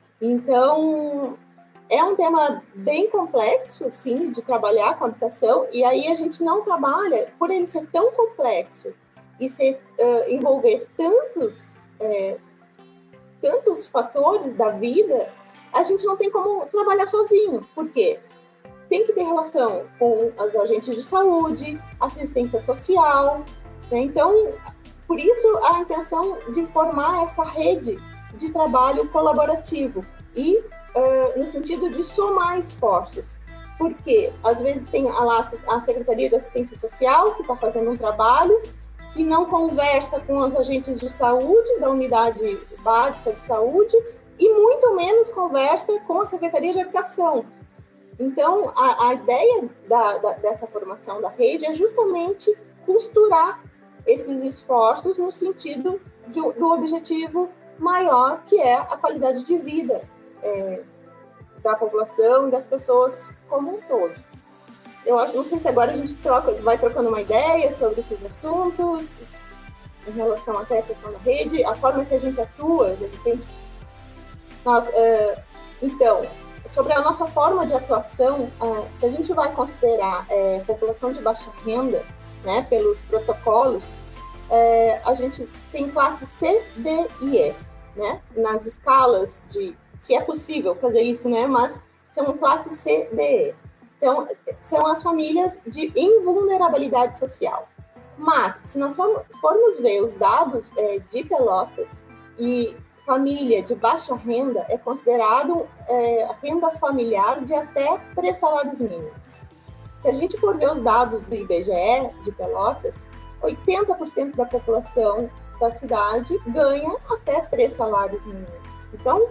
Então, é um tema bem complexo, assim, de trabalhar com habitação, e aí a gente não trabalha, por ele ser tão complexo e ser, uh, envolver tantos, é, tantos fatores da vida, a gente não tem como trabalhar sozinho. Por quê? Tem que ter relação com os agentes de saúde, assistência social, né? Então, por isso a intenção de formar essa rede de trabalho colaborativo e uh, no sentido de somar esforços. Porque, às vezes, tem a, a Secretaria de Assistência Social, que está fazendo um trabalho, que não conversa com os agentes de saúde, da unidade básica de saúde, e muito menos conversa com a Secretaria de Habitação. Então, a, a ideia da, da, dessa formação da rede é justamente costurar esses esforços no sentido de, do objetivo maior, que é a qualidade de vida é, da população e das pessoas como um todo. Eu acho, não sei se agora a gente troca, vai trocando uma ideia sobre esses assuntos, em relação até à questão da rede, a forma que a gente atua, de repente. Nós, uh, então, sobre a nossa forma de atuação, uh, se a gente vai considerar uh, população de baixa renda, né, pelos protocolos, uh, a gente tem classe C, D e E, né, nas escalas de, se é possível fazer isso, né, mas são classe C, D e E. Então, são as famílias de invulnerabilidade social. Mas, se nós formos, formos ver os dados uh, de Pelotas, e família de baixa renda é considerado é, renda familiar de até três salários mínimos. Se a gente for ver os dados do I B G E de Pelotas, oitenta por cento da população da cidade ganha até três salários mínimos. Então,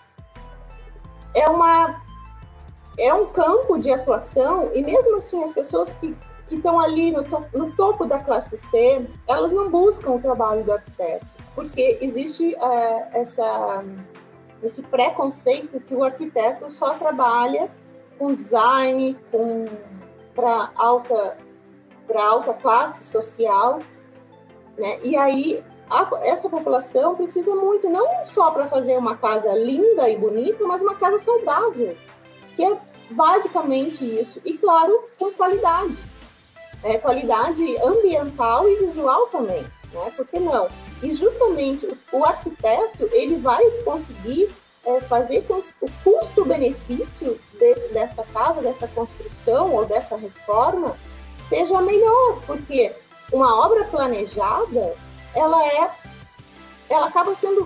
é, uma, é um campo de atuação, e mesmo assim as pessoas que que estão ali no, to no topo da classe C, elas não buscam o trabalho do arquiteto, porque existe uh, essa, esse preconceito que o arquiteto só trabalha com design, com para alta para alta classe social, né? E aí a, essa população precisa muito, não só para fazer uma casa linda e bonita, mas uma casa saudável, que é basicamente isso. E claro, com qualidade, é, qualidade ambiental e visual também, né? Por que não? E justamente o, o arquiteto ele vai conseguir é, fazer com que o custo-benefício desse, dessa casa, dessa construção ou dessa reforma seja melhor, porque uma obra planejada, ela é, ela acaba sendo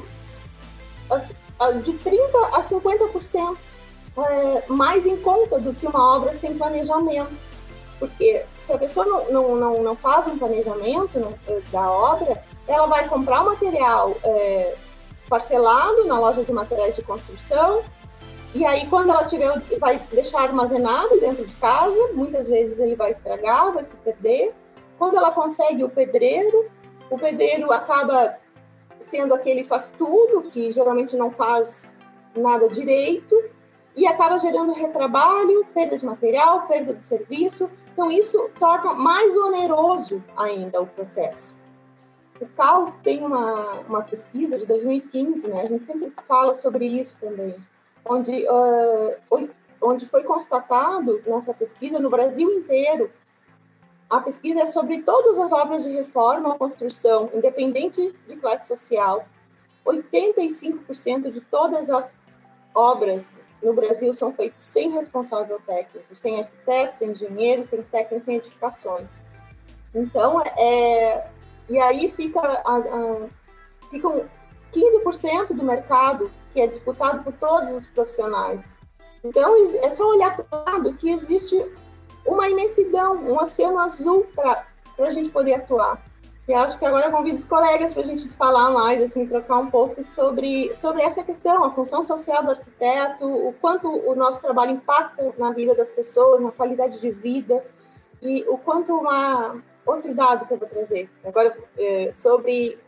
de trinta a cinquenta por cento é, mais em conta do que uma obra sem planejamento, porque se a pessoa não, não, não, não faz um planejamento, né, da obra, ela vai comprar o material é, parcelado na loja de materiais de construção, e aí quando ela tiver, vai deixar armazenado dentro de casa, muitas vezes ele vai estragar, vai se perder. Quando ela consegue o pedreiro, o pedreiro acaba sendo aquele faz tudo, que geralmente não faz nada direito, e acaba gerando retrabalho, perda de material, perda de serviço. Então isso torna mais oneroso ainda o processo. O C A U tem uma, uma pesquisa de dois mil e quinze, né? A gente sempre fala sobre isso também, onde, uh, onde foi constatado nessa pesquisa, no Brasil inteiro, a pesquisa é sobre todas as obras de reforma ou construção, independente de classe social. oitenta e cinco por cento de todas as obras no Brasil são feitas sem responsável técnico, sem arquiteto, sem engenheiro, sem técnico em edificações. Então, é... E aí fica, a, a, ficam quinze por cento do mercado que é disputado por todos os profissionais. Então, é só olhar para o lado que existe uma imensidão, um oceano azul para a gente poder atuar. E acho que agora eu convido os colegas para a gente falar mais, assim, trocar um pouco sobre, sobre essa questão, a função social do arquiteto, o quanto o nosso trabalho impacta na vida das pessoas, na qualidade de vida, e o quanto uma... Outro dado que eu vou trazer agora é sobre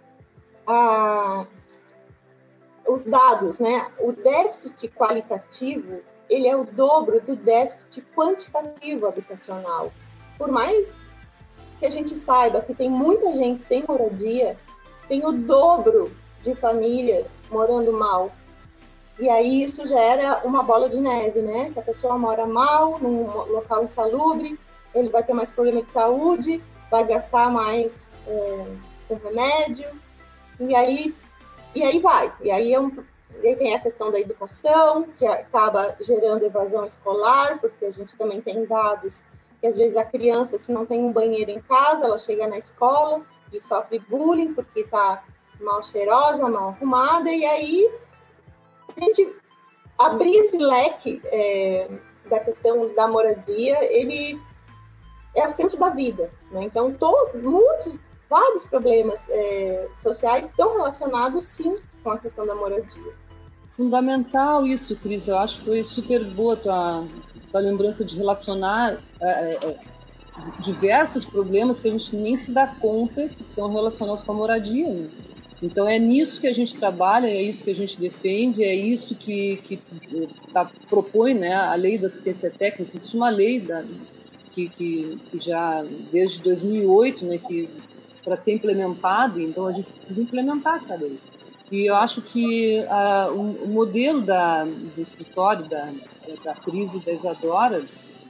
a, os dados, né? O déficit qualitativo, ele é o dobro do déficit quantitativo habitacional. Por mais que a gente saiba que tem muita gente sem moradia, tem o dobro de famílias morando mal. E aí isso gera uma bola de neve, né? Que a pessoa mora mal, num local insalubre, ele vai ter mais problema de saúde, vai gastar mais é, com remédio, e aí, e aí vai. E aí, é um, e aí tem a questão da educação, que acaba gerando evasão escolar, porque a gente também tem dados que, às vezes, a criança, se não tem um banheiro em casa, ela chega na escola e sofre bullying, porque está mal cheirosa, mal arrumada, e aí a gente abrir esse leque é, da questão da moradia, ele... é o centro da vida, né? Então, todo, muitos, vários problemas é, sociais estão relacionados, sim, com a questão da moradia. Fundamental isso, Cris. Eu acho que foi super boa a tua, tua lembrança de relacionar é, é, diversos problemas que a gente nem se dá conta que estão relacionados com a moradia, né? Então, é nisso que a gente trabalha, é isso que a gente defende, é isso que, que tá, propõe, né, a lei da assistência técnica. Existe uma lei da... Que, que, que já desde dois mil e oito, né, que para ser implementado, então a gente precisa implementar essa lei. E eu acho que uh, o, o modelo da, do escritório da, da Cris e da Isadora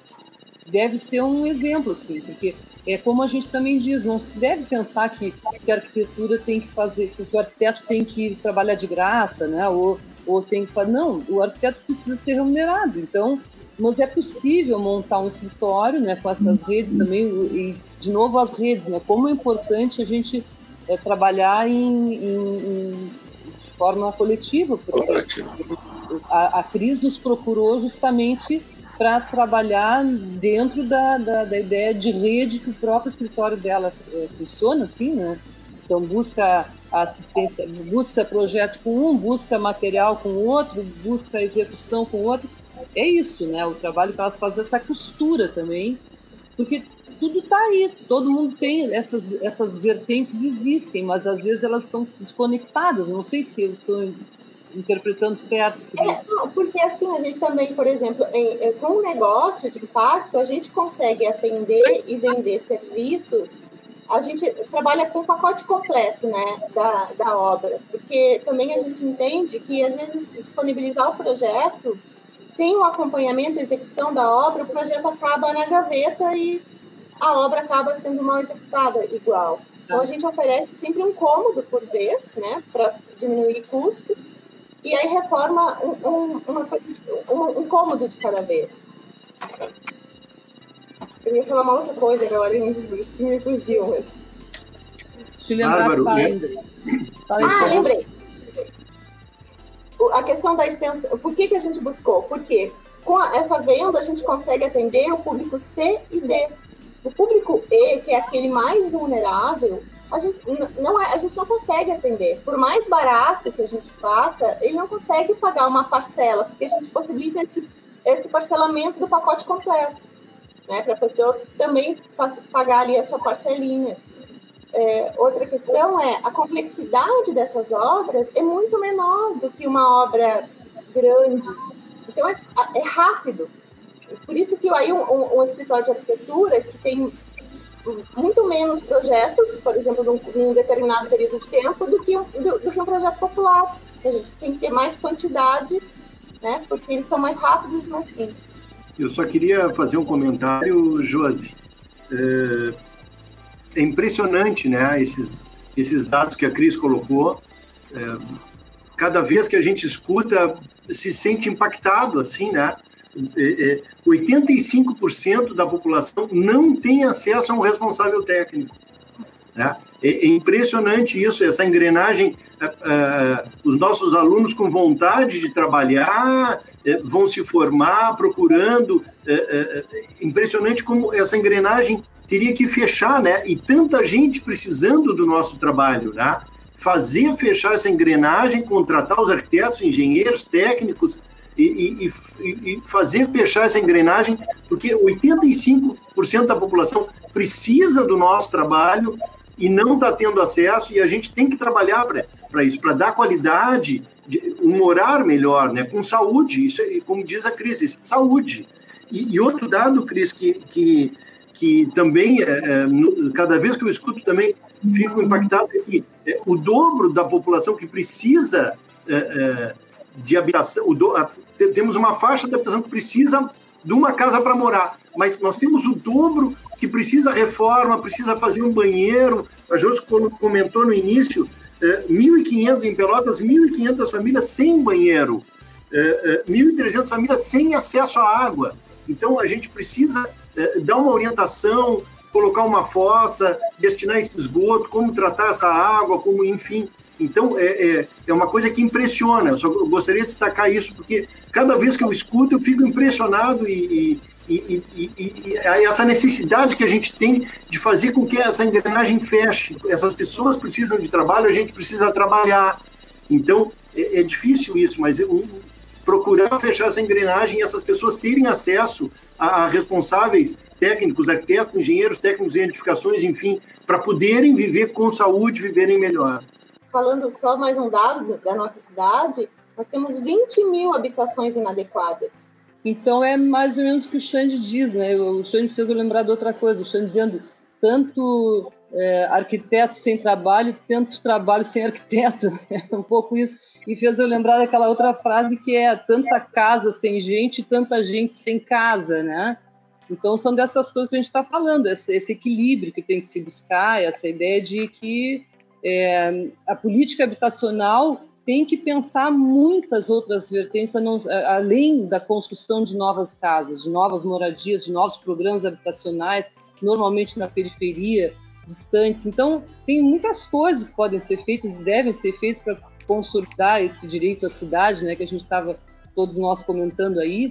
deve ser um exemplo, assim, porque é como a gente também diz, não se deve pensar que, que a arquitetura tem que fazer, que o arquiteto tem que trabalhar de graça, né, ou, ou tem que fazer, não, o arquiteto precisa ser remunerado, então. Mas é possível montar um escritório, né, com essas redes também, e, de novo, as redes, né, como é importante a gente é, trabalhar em, em, em, de forma coletiva, porque a, a Cris nos procurou justamente para trabalhar dentro da, da, da ideia de rede que o próprio escritório dela é, funciona, assim, né? Então, busca assistência, busca projeto com um, busca material com outro, busca execução com outro. É isso, né? O trabalho que elas fazem, essa costura também, porque tudo está aí, todo mundo tem, essas, essas vertentes existem, mas às vezes elas estão desconectadas. Não sei se eu estou interpretando certo? É, não, porque assim, a gente também, por exemplo, em, em, com um negócio de impacto, a gente consegue atender e vender serviço, a gente trabalha com o pacote completo, né, da, da obra, porque também a gente entende que, às vezes, disponibilizar o projeto, sem o acompanhamento e execução da obra, o projeto acaba na gaveta e a obra acaba sendo mal executada igual. Então, a gente oferece sempre um cômodo por vez, né, para diminuir custos, e aí reforma um, um, uma, um, um cômodo de cada vez. Eu ia falar uma outra coisa agora que me fugiu. Mas... Deixa eu lembrar que fala, André. Ah, lembrei. A questão da extensão. Por que, que a gente buscou? Porque com a, essa venda a gente consegue atender o público C e D. O público E, que é aquele mais vulnerável, a gente não, é, a gente não consegue atender. Por mais barato que a gente faça, ele não consegue pagar uma parcela, porque a gente possibilita esse, esse parcelamento do pacote completo, né, para a pessoa também pagar ali a sua parcelinha. É, outra questão é, a complexidade dessas obras é muito menor do que uma obra grande. Então, é, é rápido. Por isso que aí um, um, um escritório de arquitetura que tem muito menos projetos, por exemplo, num, num determinado período de tempo, do que, um, do, do que um projeto popular. A gente tem que ter mais quantidade, né, porque eles são mais rápidos e mais simples. Eu só queria fazer um comentário, Josi. É, é impressionante, né, esses, esses dados que a Cris colocou. É, cada vez que a gente escuta, se sente impactado, assim, né? É, é, oitenta e cinco por cento da população não tem acesso a um responsável técnico, né? É, é impressionante isso, essa engrenagem. É, é, os nossos alunos com vontade de trabalhar é, vão se formar procurando. É, é, é impressionante como essa engrenagem teria que fechar, né? E tanta gente precisando do nosso trabalho, né? Fazer fechar essa engrenagem, contratar os arquitetos, engenheiros, técnicos e, e, e fazer fechar essa engrenagem, porque oitenta e cinco por cento da população precisa do nosso trabalho e não está tendo acesso, e a gente tem que trabalhar para isso, para dar qualidade, de, um morar melhor, né? Com saúde, isso é, como diz a Cris, isso é saúde. E, e outro dado, Cris, que... que que também, é, cada vez que eu escuto também, fico impactado, é que é, o dobro da população que precisa é, é, de habitação, o do, a, temos uma faixa de habitação que precisa de uma casa para morar, mas nós temos o dobro que precisa reforma, precisa fazer um banheiro. A Josi comentou no início, é, mil e quinhentos em Pelotas, mil e quinhentas famílias sem banheiro, é, é, mil e trezentas famílias sem acesso à água. Então, a gente precisa dar uma orientação, colocar uma fossa, destinar esse esgoto, como tratar essa água, como, enfim. Então, é, é, é uma coisa que impressiona. Eu só gostaria de destacar isso, porque cada vez que eu escuto, eu fico impressionado e, e, e, e, e, e essa necessidade que a gente tem de fazer com que essa engrenagem feche. Essas pessoas precisam de trabalho, a gente precisa trabalhar. Então, é, é difícil isso, mas eu, procurar fechar essa engrenagem e essas pessoas terem acesso a, a responsáveis técnicos, arquitetos, engenheiros, técnicos em edificações, enfim, para poderem viver com saúde, viverem melhor. Falando só mais um dado da nossa cidade, nós temos vinte mil habitações inadequadas. Então é mais ou menos o que o Xande diz, né? O Xande fez eu lembrar de outra coisa, o Xande dizendo tanto é, arquiteto sem trabalho, tanto trabalho sem arquiteto, é um pouco isso. E fez eu lembrar daquela outra frase que é tanta casa sem gente, tanta gente sem casa, né? Então são dessas coisas que a gente está falando, esse, esse equilíbrio que tem que se buscar, essa ideia de que é, a política habitacional tem que pensar muitas outras vertentes, não, além da construção de novas casas, de novas moradias, de novos programas habitacionais, normalmente na periferia, distantes. Então tem muitas coisas que podem ser feitas e devem ser feitas para consolidar esse direito à cidade, né, que a gente estava todos nós comentando aí.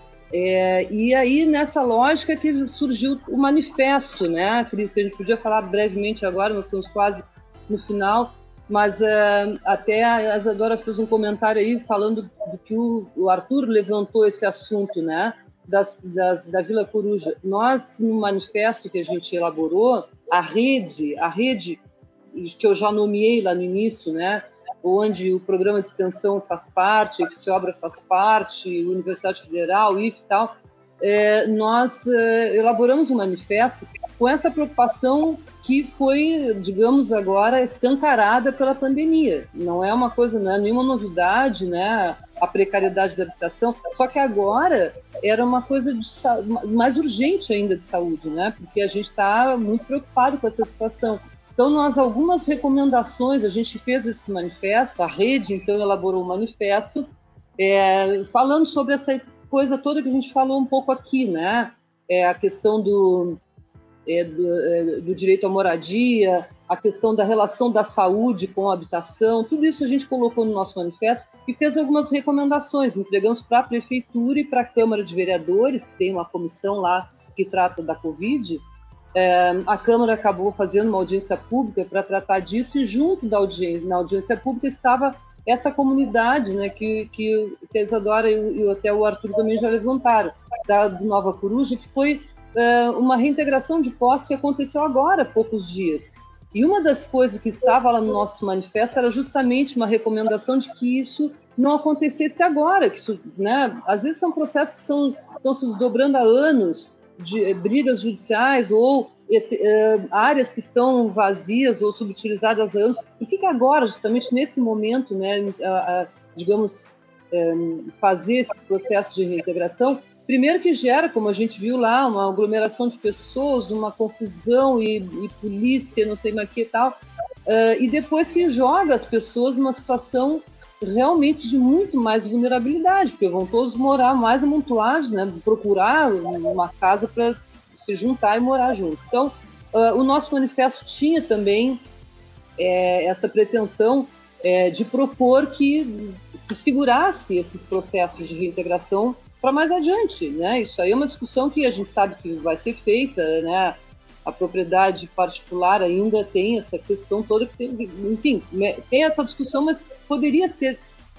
É, e aí, nessa lógica que surgiu o manifesto, né, Cris, que a gente podia falar brevemente agora, nós estamos quase no final, mas é, até a Isadora fez um comentário aí falando do que o, o Arthur levantou esse assunto, né, das, das, da Vila Coruja. Nós, no manifesto que a gente elaborou, a rede, a rede que eu já nomeei lá no início, né, onde o programa de extensão faz parte, a IFCIOBRA faz parte, a Universidade Federal, o I F e tal, é, nós é, elaboramos um manifesto com essa preocupação que foi, digamos agora, escancarada pela pandemia. Não é uma coisa, não é nenhuma novidade, né, a precariedade da habitação, só que agora era uma coisa de, mais urgente ainda de saúde, né, porque a gente está muito preocupado com essa situação. Então, nós, algumas recomendações, a gente fez esse manifesto, a rede, então, elaborou um manifesto, é, falando sobre essa coisa toda que a gente falou um pouco aqui, né? É, a questão do, é, do, é, do direito à moradia, a questão da relação da saúde com a habitação, tudo isso a gente colocou no nosso manifesto e fez algumas recomendações, entregamos para a Prefeitura e para a Câmara de Vereadores, que tem uma comissão lá que trata da Covid. É, a Câmara acabou fazendo uma audiência pública para tratar disso e junto da audiência, na audiência pública estava essa comunidade, né, que, que, que a Isadora e, e até o Arthur também já levantaram, da, do Nova Coruja, que foi é, uma reintegração de posse que aconteceu agora, há poucos dias. E uma das coisas que estava lá no nosso manifesto era justamente uma recomendação de que isso não acontecesse agora, que isso, né, às vezes são processos que são, estão se desdobrando há anos, de brigas judiciais ou é, áreas que estão vazias ou subutilizadas há anos. Por que que agora, justamente nesse momento, né, a, a, digamos, é, fazer esses processos de reintegração? Primeiro que gera, como a gente viu lá, uma aglomeração de pessoas, uma confusão e, e polícia, não sei mais o que e tal, uh, e depois que joga as pessoas numa situação realmente de muito mais vulnerabilidade, porque vão todos morar mais amontoados, né, procurar uma casa para se juntar e morar junto. Então, uh, o nosso manifesto tinha também é, essa pretensão é, de propor que se segurasse esses processos de reintegração para mais adiante, né? Isso aí é uma discussão que a gente sabe que vai ser feita, né? A propriedade particular ainda tem essa questão toda, que tem, enfim, tem essa discussão, mas poderia ser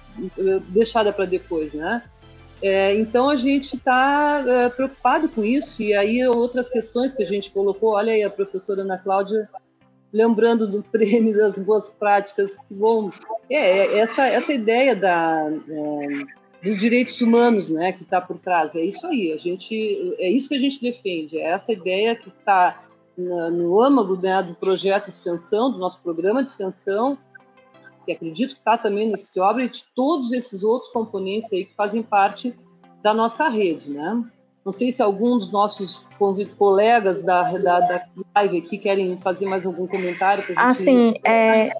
deixada para depois, né? É, então a gente está é, preocupado com isso, e aí outras questões que a gente colocou, olha aí a professora Ana Cláudia lembrando do prêmio das boas práticas, que bom, é, essa, essa ideia da, é, dos direitos humanos, né, que está por trás, é isso aí, a gente, é isso que a gente defende, é essa ideia que está no âmago, né, do projeto de extensão, do nosso programa de extensão, que acredito que está também no IFCIOBRA, e de todos esses outros componentes aí que fazem parte da nossa rede, né? Não sei se algum dos nossos colegas da, da, da live aqui querem fazer mais algum comentário. Pra gente... Assim, é,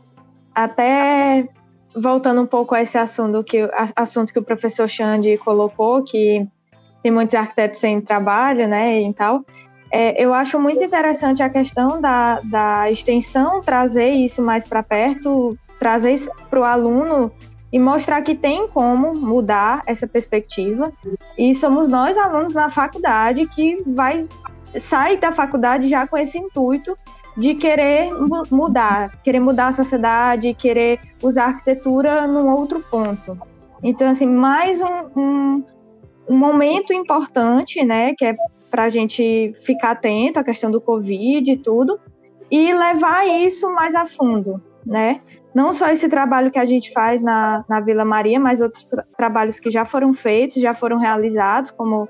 até voltando um pouco a esse assunto que, assunto que o professor Xande colocou, que tem muitos arquitetos sem trabalho, né, e tal. É, eu acho muito interessante a questão da, da extensão, trazer isso mais para perto, trazer isso para o aluno e mostrar que tem como mudar essa perspectiva. E somos nós, alunos na faculdade, que vai sair da faculdade já com esse intuito de querer mudar, querer mudar a sociedade, querer usar a arquitetura num outro ponto. Então, assim, mais um, um, um momento importante, né, que é para a gente ficar atento à questão do Covid e tudo, e levar isso mais a fundo, né? Não só esse trabalho que a gente faz na, na Vila Maria, mas outros tra- trabalhos que já foram feitos, já foram realizados, como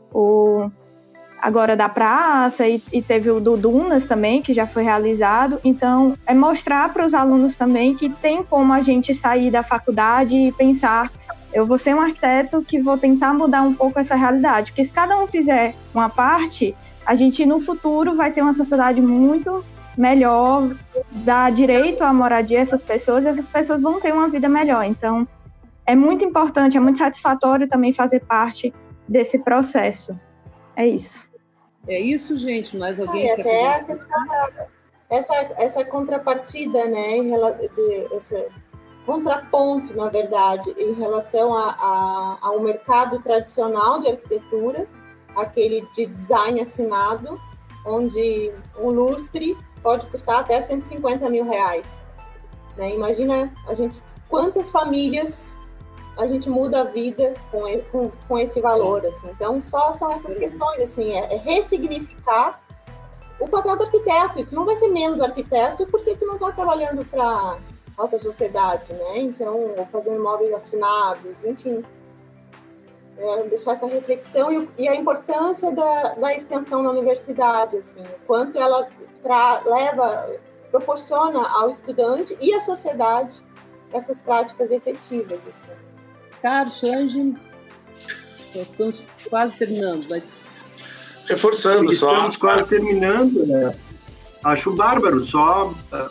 o agora da praça, e, e teve o do Dunas também, que já foi realizado. Então, é mostrar para os alunos também que tem como a gente sair da faculdade e pensar, eu vou ser um arquiteto que vou tentar mudar um pouco essa realidade, porque se cada um fizer uma parte, a gente no futuro vai ter uma sociedade muito melhor, dar direito à moradia a essas pessoas, e essas pessoas vão ter uma vida melhor. Então, é muito importante, é muito satisfatório também fazer parte desse processo. É isso. É isso, gente. Mais alguém ah, quer até a questão da, essa, essa contrapartida, né, de, esse contraponto, na verdade, em relação a, a, ao mercado tradicional de arquitetura, aquele de design assinado, onde um lustre pode custar até cento e cinquenta mil reais. Né? Imagina a gente, quantas famílias a gente muda a vida com, com, com esse valor. Assim. Então, só são essas questões, assim, é, é ressignificar o papel do arquiteto. E tu não vai ser menos arquiteto porque tu não está trabalhando para alta sociedade, né? Então, fazendo móveis assinados, enfim. É, deixar essa reflexão e, e a importância da, da extensão na universidade, assim, o quanto ela tra, leva, proporciona ao estudante e à sociedade essas práticas efetivas. Assim. Carlos, Ange, nós estamos quase terminando, mas... Reforçando Estamos só... Estamos quase terminando, né? Acho bárbaro, só...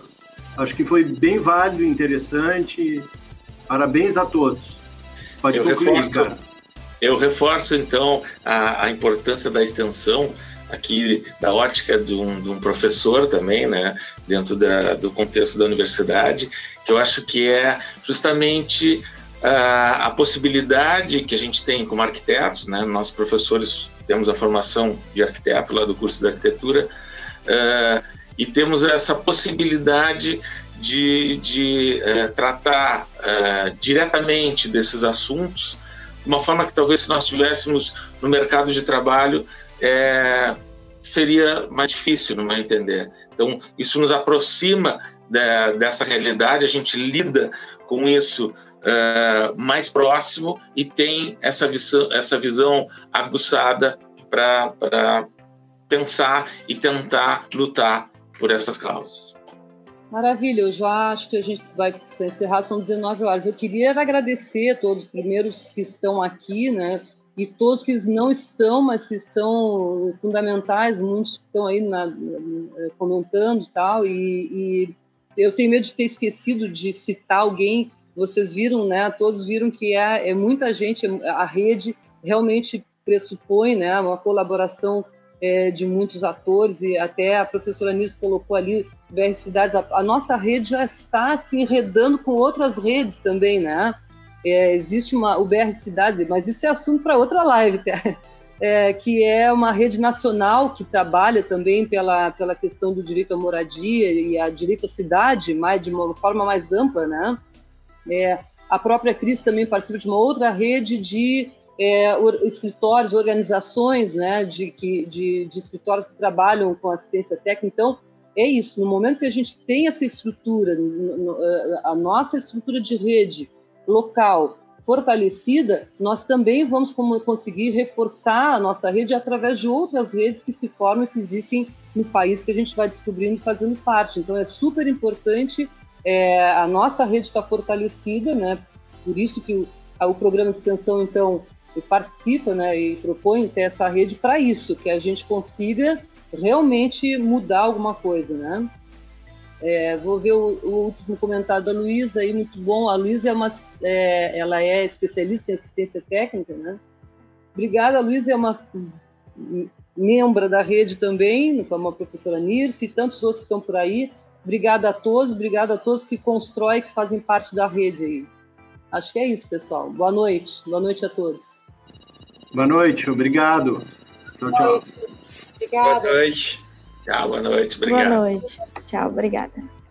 Acho que foi bem válido, interessante. Parabéns a todos. Pode eu concluir, reforço, cara. Eu reforço, então, a, a importância da extensão aqui, da ótica de um, de um professor também, né, dentro da, do contexto da universidade, que eu acho que é justamente a, a possibilidade que a gente tem como arquitetos, né, nós professores temos a formação de arquiteto lá do curso de arquitetura, uh, e temos essa possibilidade de, de uh, tratar uh, diretamente desses assuntos de uma forma que talvez se nós estivéssemos no mercado de trabalho é, seria mais difícil, no meu entender. Então, isso nos aproxima da, dessa realidade, a gente lida com isso uh, mais próximo e tem essa visão, essa visão aguçada para pensar e tentar lutar por essas causas. Maravilha, eu já acho que a gente vai encerrar, são dezenove horas. Eu queria agradecer a todos os primeiros que estão aqui, né, e todos que não estão, mas que são fundamentais, muitos que estão aí na, na, comentando e tal, e, e eu tenho medo de ter esquecido de citar alguém. Vocês viram, né, todos viram que é, é muita gente, a rede realmente pressupõe, né, uma colaboração é, de muitos atores, e até a professora Nilce colocou ali B R Cidades, a, a nossa rede já está se enredando com outras redes também, né? É, existe uma, o B R Cidades, mas isso é assunto para outra live, tá? É, que é uma rede nacional que trabalha também pela, pela questão do direito à moradia e a direito à cidade, mais, de uma forma mais ampla, né? É, a própria Cris também participa de uma outra rede de É, escritórios, organizações, né, de, de, de escritórios que trabalham com assistência técnica. Então, é isso, no momento que a gente tem essa estrutura, a nossa estrutura de rede local fortalecida, nós também vamos conseguir reforçar a nossa rede através de outras redes que se formam, que existem no país, que a gente vai descobrindo e fazendo parte. Então, é super importante, é, a nossa rede está fortalecida, né, por isso que o, o programa de extensão, então, participa, né, e propõe ter essa rede para isso, que a gente consiga realmente mudar alguma coisa, né? É, vou ver o, o último comentário da Luísa aí, muito bom. A Luísa é uma, é, ela é especialista em assistência técnica, né? Obrigada, a Luísa é uma membro da rede também, como a professora Nirce e tantos outros que estão por aí. Obrigada a todos, obrigada a todos que constroem, que fazem parte da rede aí. Acho que é isso, pessoal. Boa noite. Boa noite a todos. Boa noite, obrigado. Tchau, tchau. Boa noite. Obrigada. Boa noite. Tchau, boa noite. Obrigado. Boa noite. Tchau, obrigada.